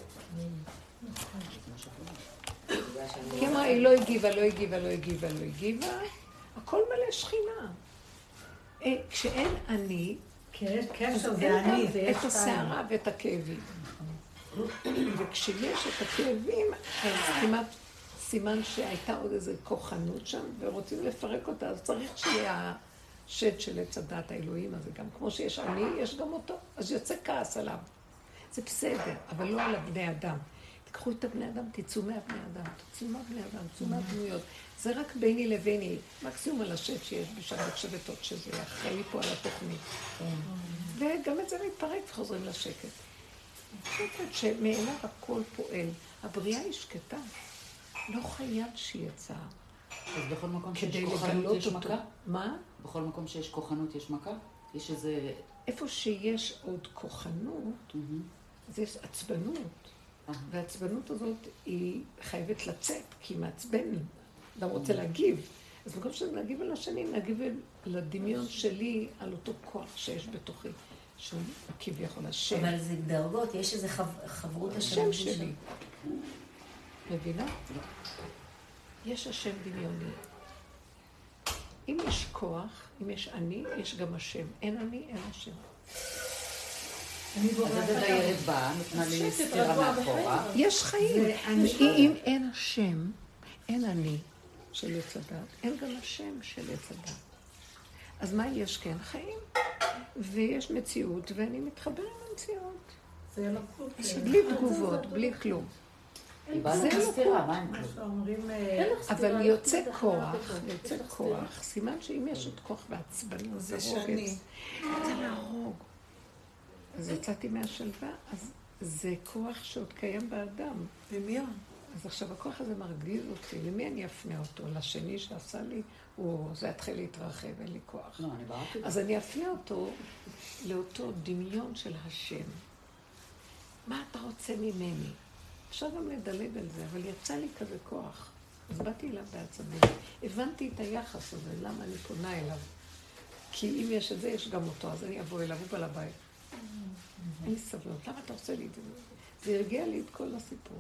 כי אמרה, היא לא הגיבה, הכל מלא שכינה. כשאין אני, קשר זה אני, זה יש את הסערה ואת הכאבים. וכשיש את הכאבים, אז כמעט סימן שהייתה עוד איזו כוחנות שם, ורוצים לפרק אותה, אז צריך שיהיה השד של עץ הדת האלוהים הזה. גם כמו שיש אני, יש גם אותו. אז יוצא כעס עליו. זה בסדר, אבל לא על הבני אדם. תקחו את הבני אדם, תצאו מהבני אדם, תצאו מהדמויות. זה רק ביני לביני, מקסימום על השד שיש בשבת שבתות שזה אחראי פה על התוכנית. וגם את זה מתפרק וחוזרים לשקט. שקט שמאליו הכל פועל. הבריאה היא שקטה. לא חייב שיהיה צער. אז בכל מקום שיש כוחנות יש מכה? מה? בכל מקום שיש כוחנות יש מכה? יש איזה... איפה שיש עוד כוחנות, זה עצבנות. והעצבנות הזאת היא חייבת לצאת, כי מעצבן, אדם רוצה להגיב. אז במקום שאני להגיב על השני, להגיב לדמיון שלי על אותו כוח שיש בתוכי, שהוא כביכול השם. אבל זה דרגות, יש איזה חברות השם שלי. מבינה? יש השם דמיוני. אם יש כוח, אם יש אני, יש גם השם. אין אני, אין השם. אז איזה דיירת באה, נתנה לי סתירה מאחורה. יש חיים. אם אין השם, אין אני של עץ הדת, אין גם השם של עץ הדת. אז מה יש? כן חיים, ויש מציאות, ואני מתחבר עם המציאות. זה אלוקות. בלי תגובות, בלי כלום. זה סתירה, מה אין כלום? אבל יוצא כוח, סימן שאם יש עוד כוח ועצבנות, זה רוגץ. זה להרוג. אז יצאתי מהשלווה, אז זה כוח שעוד קיים באדם. דמיון. אז עכשיו הכוח הזה מרגיז אותי. למי אני אפנה אותו? לשני שעשה לי? זה יתחיל להתרחב, אין לי כוח. לא, אני בראתי. אז אני אפנה אותו לאותו דמיון של השם. מה אתה רוצה ממני? אפשר גם לדלג על זה, אבל יצא לי כזה כוח. אז באתי אליו בעצבים. הבנתי את היחס הזה, למה אני פונה אליו. כי אם יש את זה, יש גם אותו, אז אני אבוא אליו, הוא בעל הבית. אין לי סבלנות, למה אתה רוצה לי את זה? זה הרגיע לי את כל הסיפור.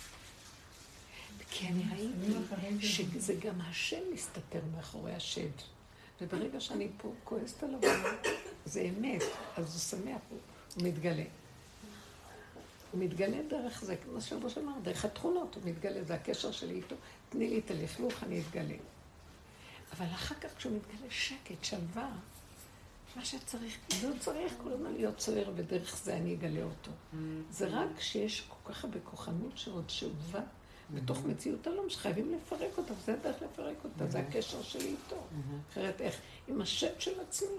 כי אני ראיתי שזה גם השם מסתתר מאחורי השד. וברגע שאני פה כועסת עליו, זה אמת, אז הוא שמח, הוא מתגלה. הוא מתגלה דרך זה, כמו שרבו שאמר, דרך התכונות, הוא מתגלה, זה הקשר שלי איתו. תני לי את הלכלוך, אני אתגלה. אבל אחר כך כשהוא מתגלה שקט, שלווה, מה שצריך, לא צריך כל הזמן להיות צוער, ודרך זה אני אגלה אותו. זה רק שיש כל כך הרבה כוחנות שעוד שאובה בתוך מציאות הלום, שחייבים לפרק אותה, וזה הדרך לפרק אותה, זה הקשר שלי איתו. אחרת איך? עם השם של עצמי.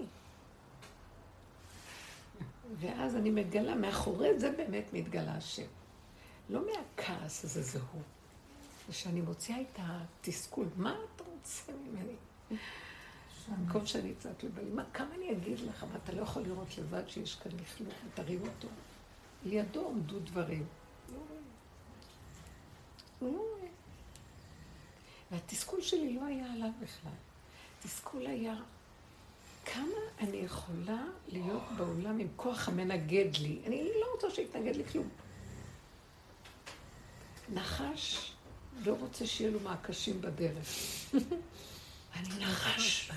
ואז אני מגלה, מאחורי זה באמת מתגלה השם. לא מהכעס הזה זה הוא. ושאני מוציאה את התסכול, מה אתה רוצה ממני? במקום שאני צעת לבלי, כמה אני אגיד לך, מה אתה לא יכול לראות לבד שיש כאן לכלוך, ותראי אותו. לידו עומדו דברים. הוא לא רואה. והתסכול שלי לא היה עליו בכלל. התסכול היה כמה אני יכולה להיות בעולם עם כוח המנגד לי? אני לא רוצה שיתנגד לי כלום. נחש לא רוצה שיהיה לו מעקשים בדרך. אני נחש.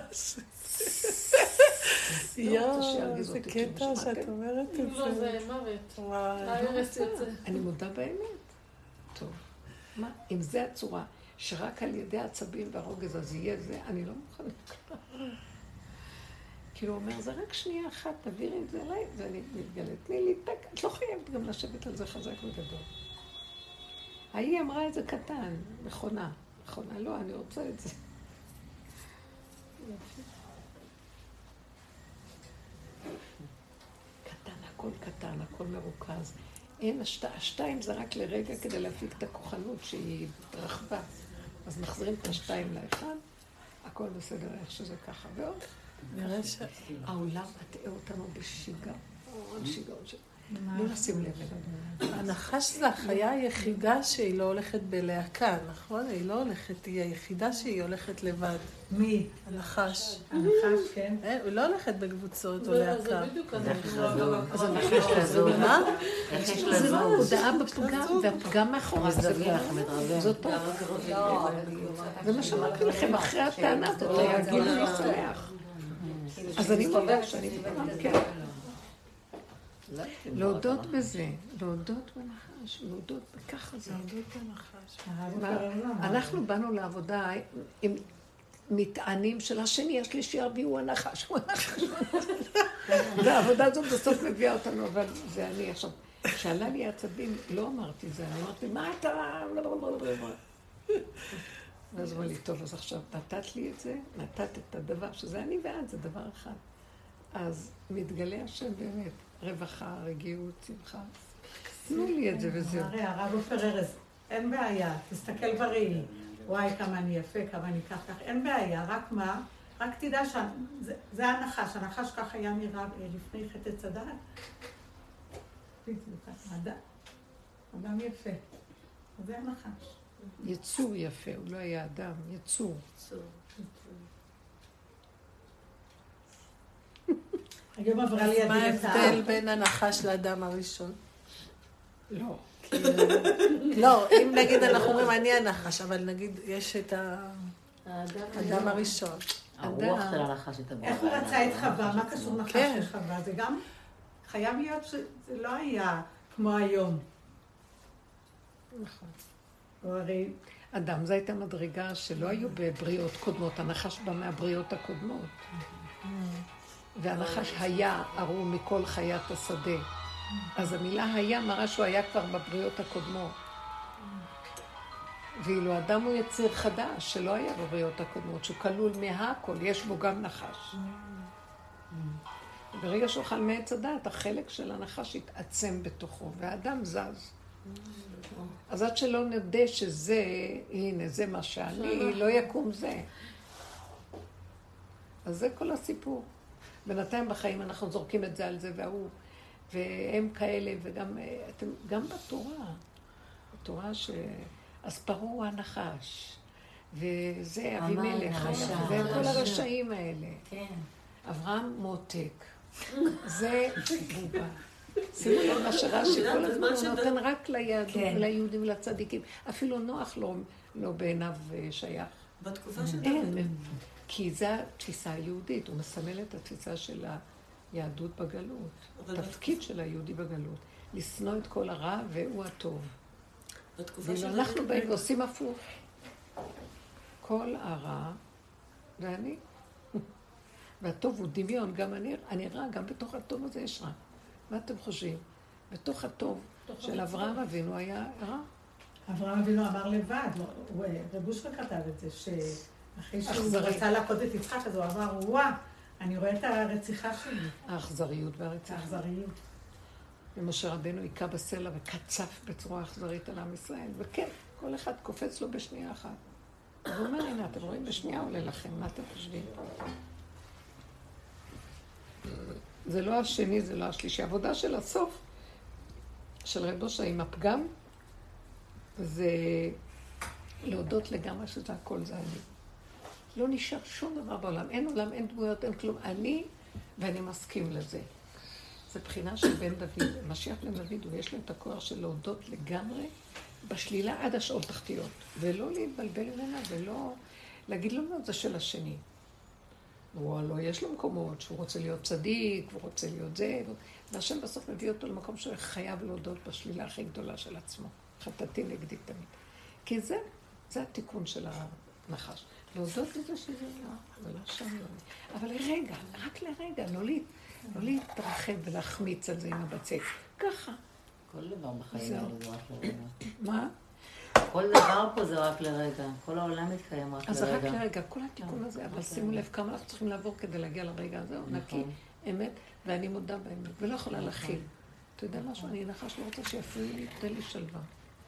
יואו, זה קטע שאת אומרת את זה. לא, זה מוות. הארץ יוצא. אני מודה באמת. טוב. מה? אם זה הצורה, שרק על ידי העצבים והרוגז אז יהיה זה, אני לא מוכנה. כאילו הוא אומר, זה רק שנייה אחת, תעבירי את זה אליי, ואני מתגלת. תני לי טק, את לא חייבת גם לשבת על זה חזק וגדול. ההיא אמרה את זה קטן, מכונה. לא, אני רוצה את זה. קטן, הכל קטן, הכל מרוכז. אין, השתיים זה רק לרגע כדי להפיק את הכוחנות שהיא רחבה. אז מחזירים את השתיים לאחד, הכל בסדר, איך שזה ככה. ועוד, העולם מטעה אותנו בשיגעון שלנו. לא נשים לב אליו. הנחש זה החיה היחידה שהיא לא הולכת בלהקה, נכון? היא לא הולכת, היא היחידה שהיא הולכת לבד. מי? הנחש. הנחש, כן. היא לא הולכת בקבוצות או להקה. זה בדיוק אז הנחש לזו. מה? זה לא הודעה בפגם, והפגם מאחורי זה זאת טוב. זה מה שאמרתי לכם, אחרי הטענה הזאת, היה גילוי לסלח. אז אני מודה שאני כן. להודות בזה, להודות בנחש, להודות בככה זה. להודות בנחש. אנחנו באנו לעבודה עם מטענים של השני, השלישי, הרביעי, הוא הנחש, הוא הנחש. והעבודה הזאת בסוף מביאה אותנו, אבל זה אני עכשיו. כשעלה לי עצבים, לא אמרתי זה, אני אמרתי, מה אתה... ואז אמר לי, טוב, אז עכשיו נתת לי את זה, נתת את הדבר, שזה אני ואת, זה דבר אחד. אז מתגלה השם באמת, רווחה, רגיעות, שמחה. תנו לי את זה וזהו. הרי הרב עופר ארז, אין בעיה, תסתכל בראי. וואי, כמה אני יפה, כמה אני כך, אין בעיה, רק מה? רק תדע שזה הנחש, הנחש כך היה נראה לפני חטא צדק. אדם יפה. זה הנחש. יצור יפה, הוא לא היה אדם, יצור. היום עברה לי מה ההבדל בין הנחש לאדם הראשון? לא. לא, אם נגיד אנחנו אומרים אני הנחש, אבל נגיד יש את האדם הראשון. הרוח של הנחש את איך הוא רצה את חווה? מה קשור נחש לחווה? זה גם חייב להיות שזה לא היה כמו היום. נכון. הרי... אדם, זו הייתה מדרגה שלא היו בבריאות קודמות, הנחש בא מהבריאות הקודמות. והנחש היה ארור מכל חיית השדה. אז המילה היה מראה שהוא היה כבר בבריאות הקודמות. ואילו אדם הוא יציר חדש, שלא היה בבריאות הקודמות, שהוא כלול מהכל, יש בו גם נחש. ברגע שהוא אכל מעץ הדעת, החלק של הנחש התעצם בתוכו, והאדם זז. אז עד שלא נדע שזה, הנה, זה מה שאני, לא יקום זה. אז זה כל הסיפור. בינתיים בחיים אנחנו זורקים את זה על זה והוא, והם כאלה, וגם אתם, גם בתורה אז פרעה הוא הנחש, וזה אבימלך, וכל הרשעים האלה. אברהם מותק, זה בובה. שימו לב מה שרש"י כל הזמן הוא נותן רק ליהודים ולצדיקים. אפילו נוח לא בעיניו שייך. בתקופה של אין, כי זו התפיסה היהודית, הוא מסמל את התפיסה של היהדות בגלות. התפקיד של היהודי בגלות, לשנוא את כל הרע והוא הטוב. ואנחנו באים ועושים הפוך. כל הרע ואני. והטוב הוא דמיון, גם אני רע, גם בתוך הטוב הזה יש רע. מה אתם חושבים? בתוך הטוב של אברהם אבינו היה רע. אברהם אבינו אמר לבד, רבושקה כתב את זה, שאחרי שהוא רצה להכות את יצחק, אז הוא אמר, וואה, אני רואה את הרציחה שלי. האכזריות והרציחה. האכזריות. ומשה רבנו היכה בסלע וקצף בצורה אכזרית על עם ישראל. וכן, כל אחד קופץ לו בשנייה אחת. הוא אומר, הנה, אתם רואים, בשנייה עולה לכם, מה אתם חושבים? זה לא השני, זה לא השלישי. העבודה של הסוף, של רב אושר עם הפגם, זה להודות לגמרי שזה הכל זה אני. לא נשאר שום דבר בעולם. אין עולם, אין דמויות, אין כלום. אני, ואני מסכים לזה. זה בחינה של בן דוד. משיח בן דוד, ויש לו את הכוח של להודות לגמרי בשלילה עד השעות תחתיות. ולא להתבלבל ממנה, ולא להגיד לו, זה של השני. לא, יש לו מקומות שהוא רוצה להיות צדיק, הוא רוצה להיות זה, והשם בסוף מביא אותו למקום שהוא חייב להודות בשלילה הכי גדולה של עצמו. חטאתי נגדי תמיד. כי זה התיקון של הנחש. להודות לזה שזה לא, ולא שם לא. אבל לרגע, רק לרגע, לא להתרחב ולהחמיץ על זה עם הבצק. ככה. כל דבר בחיים האלה זה רק לרגע. מה? כל דבר פה זה רק לרגע. כל העולם מתקיים רק לרגע. אז זה רק לרגע, כל התיקון הזה. אבל שימו לב כמה אנחנו צריכים לעבור כדי להגיע לרגע הזה. הוא נקי, אמת, ואני מודה באמת. ולא יכולה להכיל. אתה יודע משהו? אני נחש לא רוצה שיפריעו לי, תן לי שלווה.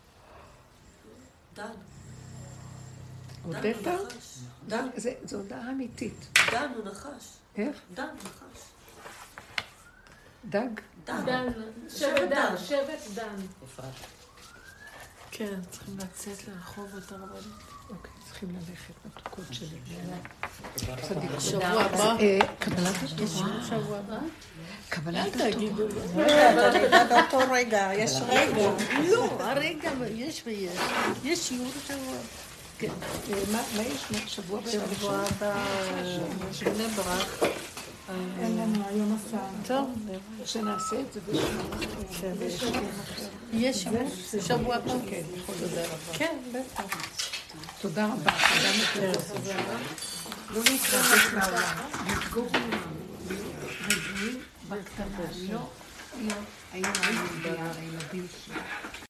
דן. הודית? דן. זו הודעה אמיתית. דן הוא נחש. איך? דן נחש. דג? דן. שבט דן. שבט דן. אפרת. כן, צריכים לצאת לרחובות הרבנית. אוקיי, צריכים ללכת מתוקות שלי. שבוע הבא. קבלת התורה. שבוע הבא. קבלת התורה. אתה נדע באותו רגע, יש רגע. לא, הרגע יש ויש. יש שיעור שבוע. כן. מה יש שבוע הבא? שבוע הבא, יש בני ברק. אין לנו היום מסע. טוב, שנעשה את זה בשביל יש שבוע הבא. כן, יכול תודה רבה. כן, בטח. תודה רבה. תודה מקרוב. לא להתרגש מהעולם. לתגור רגועים בקטנה. לא להיות היום הילדים שלי.